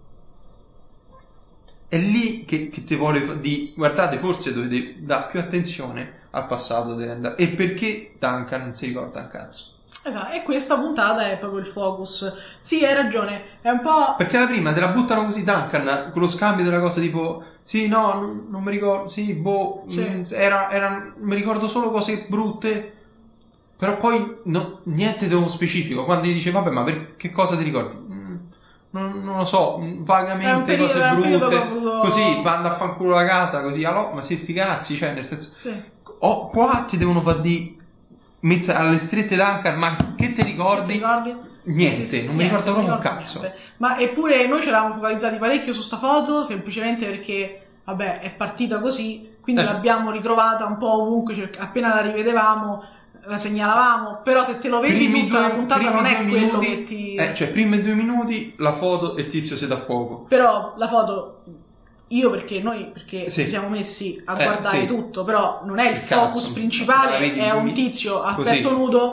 è lì che, che ti vuole fa- di guardate, forse dovete dare più attenzione al passato di Randall e perché Duncan non si ricorda un cazzo, Esatto, e questa puntata è proprio il focus. Sì, hai ragione, è un po'... perché la prima te la buttano così Duncan con lo scambio della cosa tipo sì no non, non mi ricordo, sì boh Sì. mh, era, era mi ricordo solo cose brutte, però poi no, niente di uno specifico. Quando gli dice vabbè ma per che cosa ti ricordi? Mm, non, non lo so, mm, È un vagamente periodo- cose è un periodo brutte che ho avuto- così vanno a fanculo la casa così allora, ma sì sti cazzi, cioè nel senso Sì. oh, qua ti devono far di mettere alle strette Duncan, ma che ti ricordi? Ti ricordi? Niente, Sì, sì, sì, non mi niente, ricordo proprio un ricordo cazzo. niente. Ma eppure noi ci eravamo focalizzati parecchio su sta foto, semplicemente perché, vabbè, è partita così, quindi Eh. l'abbiamo ritrovata un po' ovunque, cerc- appena la rivedevamo la segnalavamo, però se te lo vedi Primi tutta due- la puntata primi non è due quello minuti- che ti... eh, cioè primi due minuti la foto e il tizio si dà fuoco. Però la foto, io perché noi perché Sì. ci siamo messi a Eh, guardare sì. tutto, però non è il Il cazzo, focus la principale, vedi è un lui- tizio a così. petto nudo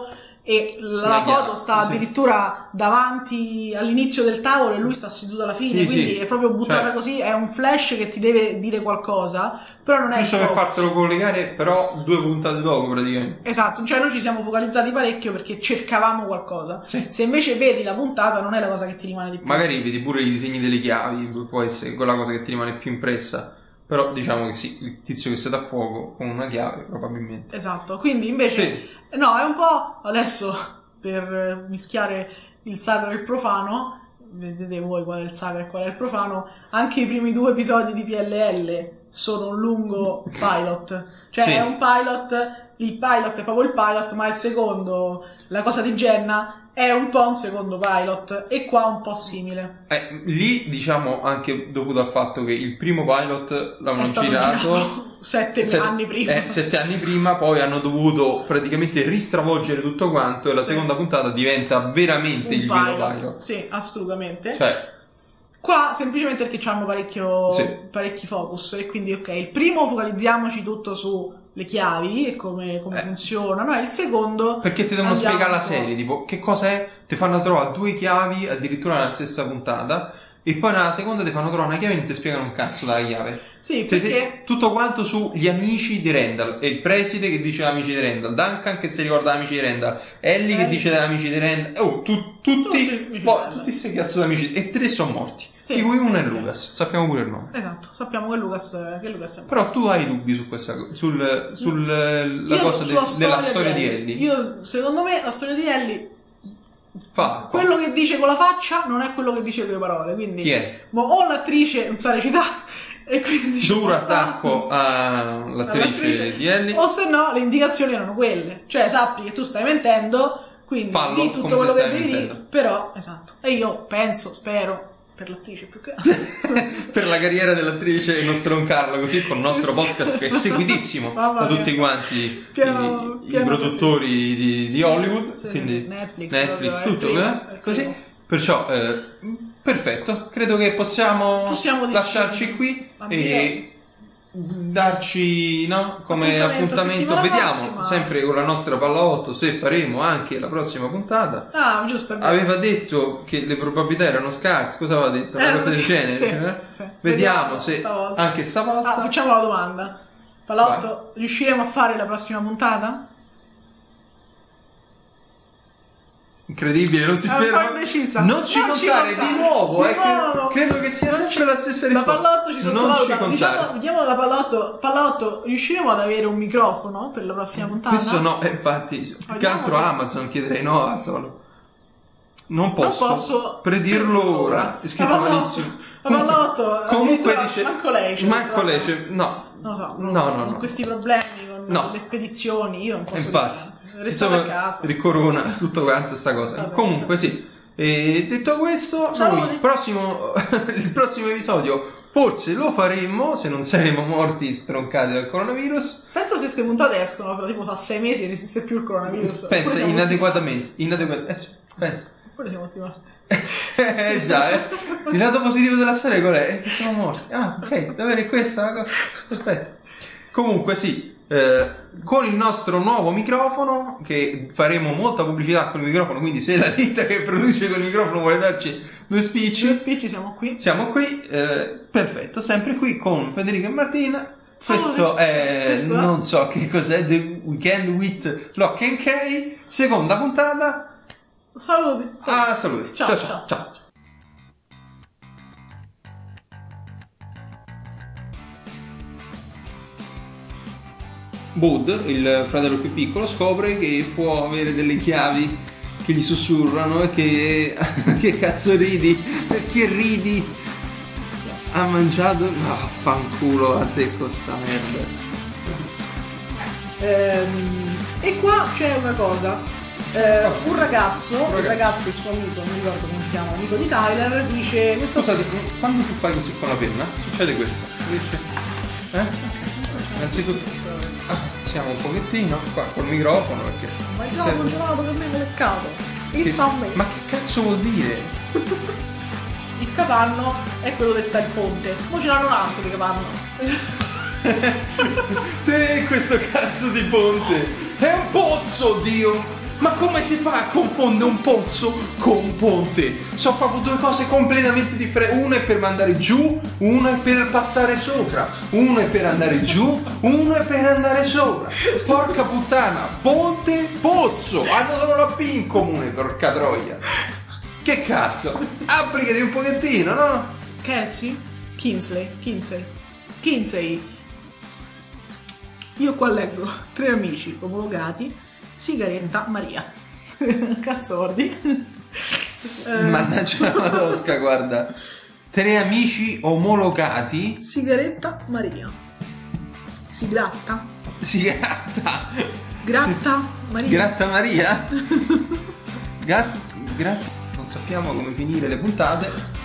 e la, la foto sta sì. addirittura davanti all'inizio del tavolo e lui sta seduto alla fine, sì, quindi sì. è proprio buttata cioè, così, è un flash che ti deve dire qualcosa, però non è giusto per fartelo collegare, però due puntate dopo praticamente. Esatto, cioè noi ci siamo focalizzati parecchio perché cercavamo qualcosa. Sì. Se invece vedi la puntata non è la cosa che ti rimane di più. Magari vedi pure i disegni delle chiavi, può essere quella cosa che ti rimane più impressa. Però diciamo che sì, il tizio che si dà fuoco con una chiave probabilmente. Esatto, quindi invece sì. no, è un po' adesso per mischiare il sacro e il profano, vedete voi qual è il sacro e qual è il profano, anche i primi due episodi di P L L sono un lungo pilot, cioè sì. è un pilot, il pilot è proprio il pilot, ma il secondo, la cosa di Jenna, è un po' un secondo pilot e qua un po' simile. Eh, lì diciamo anche dovuto al fatto che il primo pilot l'hanno girato, girato sette set, anni prima. Eh, sette anni prima, poi hanno dovuto praticamente ristravolgere tutto quanto e la sì. seconda puntata diventa veramente un il pilot. vero pilot. Sì, assolutamente. Cioè, qua semplicemente perché hanno parecchio sì. parecchi focus e quindi ok, il primo focalizziamoci tutto su le chiavi e come, come eh. funzionano, e il secondo perché ti devono spiegare la serie, tipo che cosa è, ti fanno trovare due chiavi addirittura nella stessa puntata e poi nella seconda ti fanno trovare una chiave e non ti spiegano un cazzo dalla chiave. Sì, te, perché te, tutto quanto sugli amici di Randall, e il preside che dice amici di Randall, Duncan che si ricorda amici di Randall, Ellie eh. che dice amici di Randall, oh, tu, tutti tutti questi cazzo di amici, e tre sono morti. Sì, di cui sì, uno è sì. Lucas, sappiamo pure il nome. Esatto, sappiamo che Lucas, che Lucas è morto. Però tu hai dubbi su questa cosa, sul, sul la io cosa de, storia della storia di Ellie. di Ellie. Io, secondo me, la storia di Ellie fa, quello fa. che dice con la faccia non è quello che dice con le parole. Quindi, chi è? Mo, o l'attrice non sa recitare e quindi duro attacco all'attrice di Ellie, o se no le indicazioni erano quelle, cioè sappi che tu stai mentendo, quindi fallo di tutto quello che devi dire, però esatto. E io penso, spero per l'attrice più che per la carriera dell'attrice non stroncarla così con il nostro podcast che è seguitissimo da tutti quanti piano, i, piano i produttori così. di, di sì, Hollywood sì, quindi Netflix, Netflix tutto prima, eh? così perciò eh, perfetto, credo che possiamo, possiamo lasciarci qui e darci no come appuntamento, appuntamento vediamo prossima. Sempre con la nostra Pallotto se faremo anche la prossima puntata. Ah, giusto, aveva detto che le probabilità erano scarse, cosa aveva detto? Una eh, cosa del genere sì, eh? sì. Vediamo, vediamo se stavolta. anche stavolta ah, facciamo la domanda, Pallotto, vai. Riusciremo a fare la prossima puntata? Incredibile, non si ferma. Non ci non contare ci di nuovo, di eh, nuovo. Credo, credo che sia non sempre ci... la stessa risposta. La Pallotto ci sottovaluta. Diciamo, diciamo la Pallotto, Pallotto, riusciremo ad avere un microfono per la prossima puntata? Questo no, eh, infatti, più che altro se... Amazon chiederei no a solo. Non posso, non posso predirlo ora. È scritto malissimo. La Pallotto, comunque dice manco lei, manco lei, cioè, no. Non lo so, non no, so, no, no, con no. questi problemi con no. le spedizioni, io non posso infatti, dire resto a casa. Ricorona tutto quanto sta cosa. Vabbè, comunque sì. E detto questo, noi il prossimo il prossimo episodio forse lo faremo se non saremo morti stroncati dal coronavirus. Pensa se queste puntate escono tra tipo a sei mesi e non esiste più il coronavirus. Pensa inadeguatamente, inadeguatamente. Eh, pensa. Poi siamo ottimati. Eh già, eh. Il lato positivo della storia qual è? Che siamo morti. Ah, ok, davvero è questa la cosa. Perfetto. Comunque sì, eh, con il nostro nuovo microfono, che faremo molta pubblicità con il microfono, quindi se la ditta che produce con il microfono vuole darci due spicci, due spicci siamo qui. Siamo qui, eh, perfetto, sempre qui con Federico e Martina. Questo è, questo è, non so che cos'è, The Weekend with Lock and Key, seconda puntata. Saluti. Ah, saluti. Ciao, ciao, ciao. ciao. Bud, il fratello più piccolo, scopre che può avere delle chiavi che gli sussurrano e che che cazzo ridi? Perché ridi? Ha mangiato? No, fanculo a te con sta merda. Ehm, e qua c'è una cosa. Eh, un ragazzo, un ragazzo, il ragazzo, il suo amico, non ricordo come si chiama, amico di Tyler, dice questa Scusate, s- quando tu fai così con la penna, succede questo. Riesci? Eh? Innanzitutto siamo un pochettino qua col microfono perché. Ma il microfono gelato che mi ha leccato. Il che... Sunday. Ma che cazzo vuol dire? Il capanno è quello dove sta il ponte. Mo ce l'hanno un altro di capanno. Te questo cazzo di ponte è un pozzo, Dio. Ma come si fa a confondere un pozzo con un ponte? Sono proprio due cose completamente differenti. Uno è per mandare giù, uno è per passare sopra. Uno è per andare giù, uno è per andare sopra. Porca puttana, ponte, pozzo. Hanno solo la P in comune, porca troia. Che cazzo? Applicati un pochettino, no? Kelsey? Kinsley? Kinsey? Kinsey. Io qua leggo tre amici omologati, sigaretta Maria. Cazzo ordi? Mannaggia la madosca, guarda. Tre amici omologati. Sigaretta Maria. Si gratta? Si gratta. Gratta Maria. Gratta Maria? Gat- gratta. Non sappiamo come finire le puntate.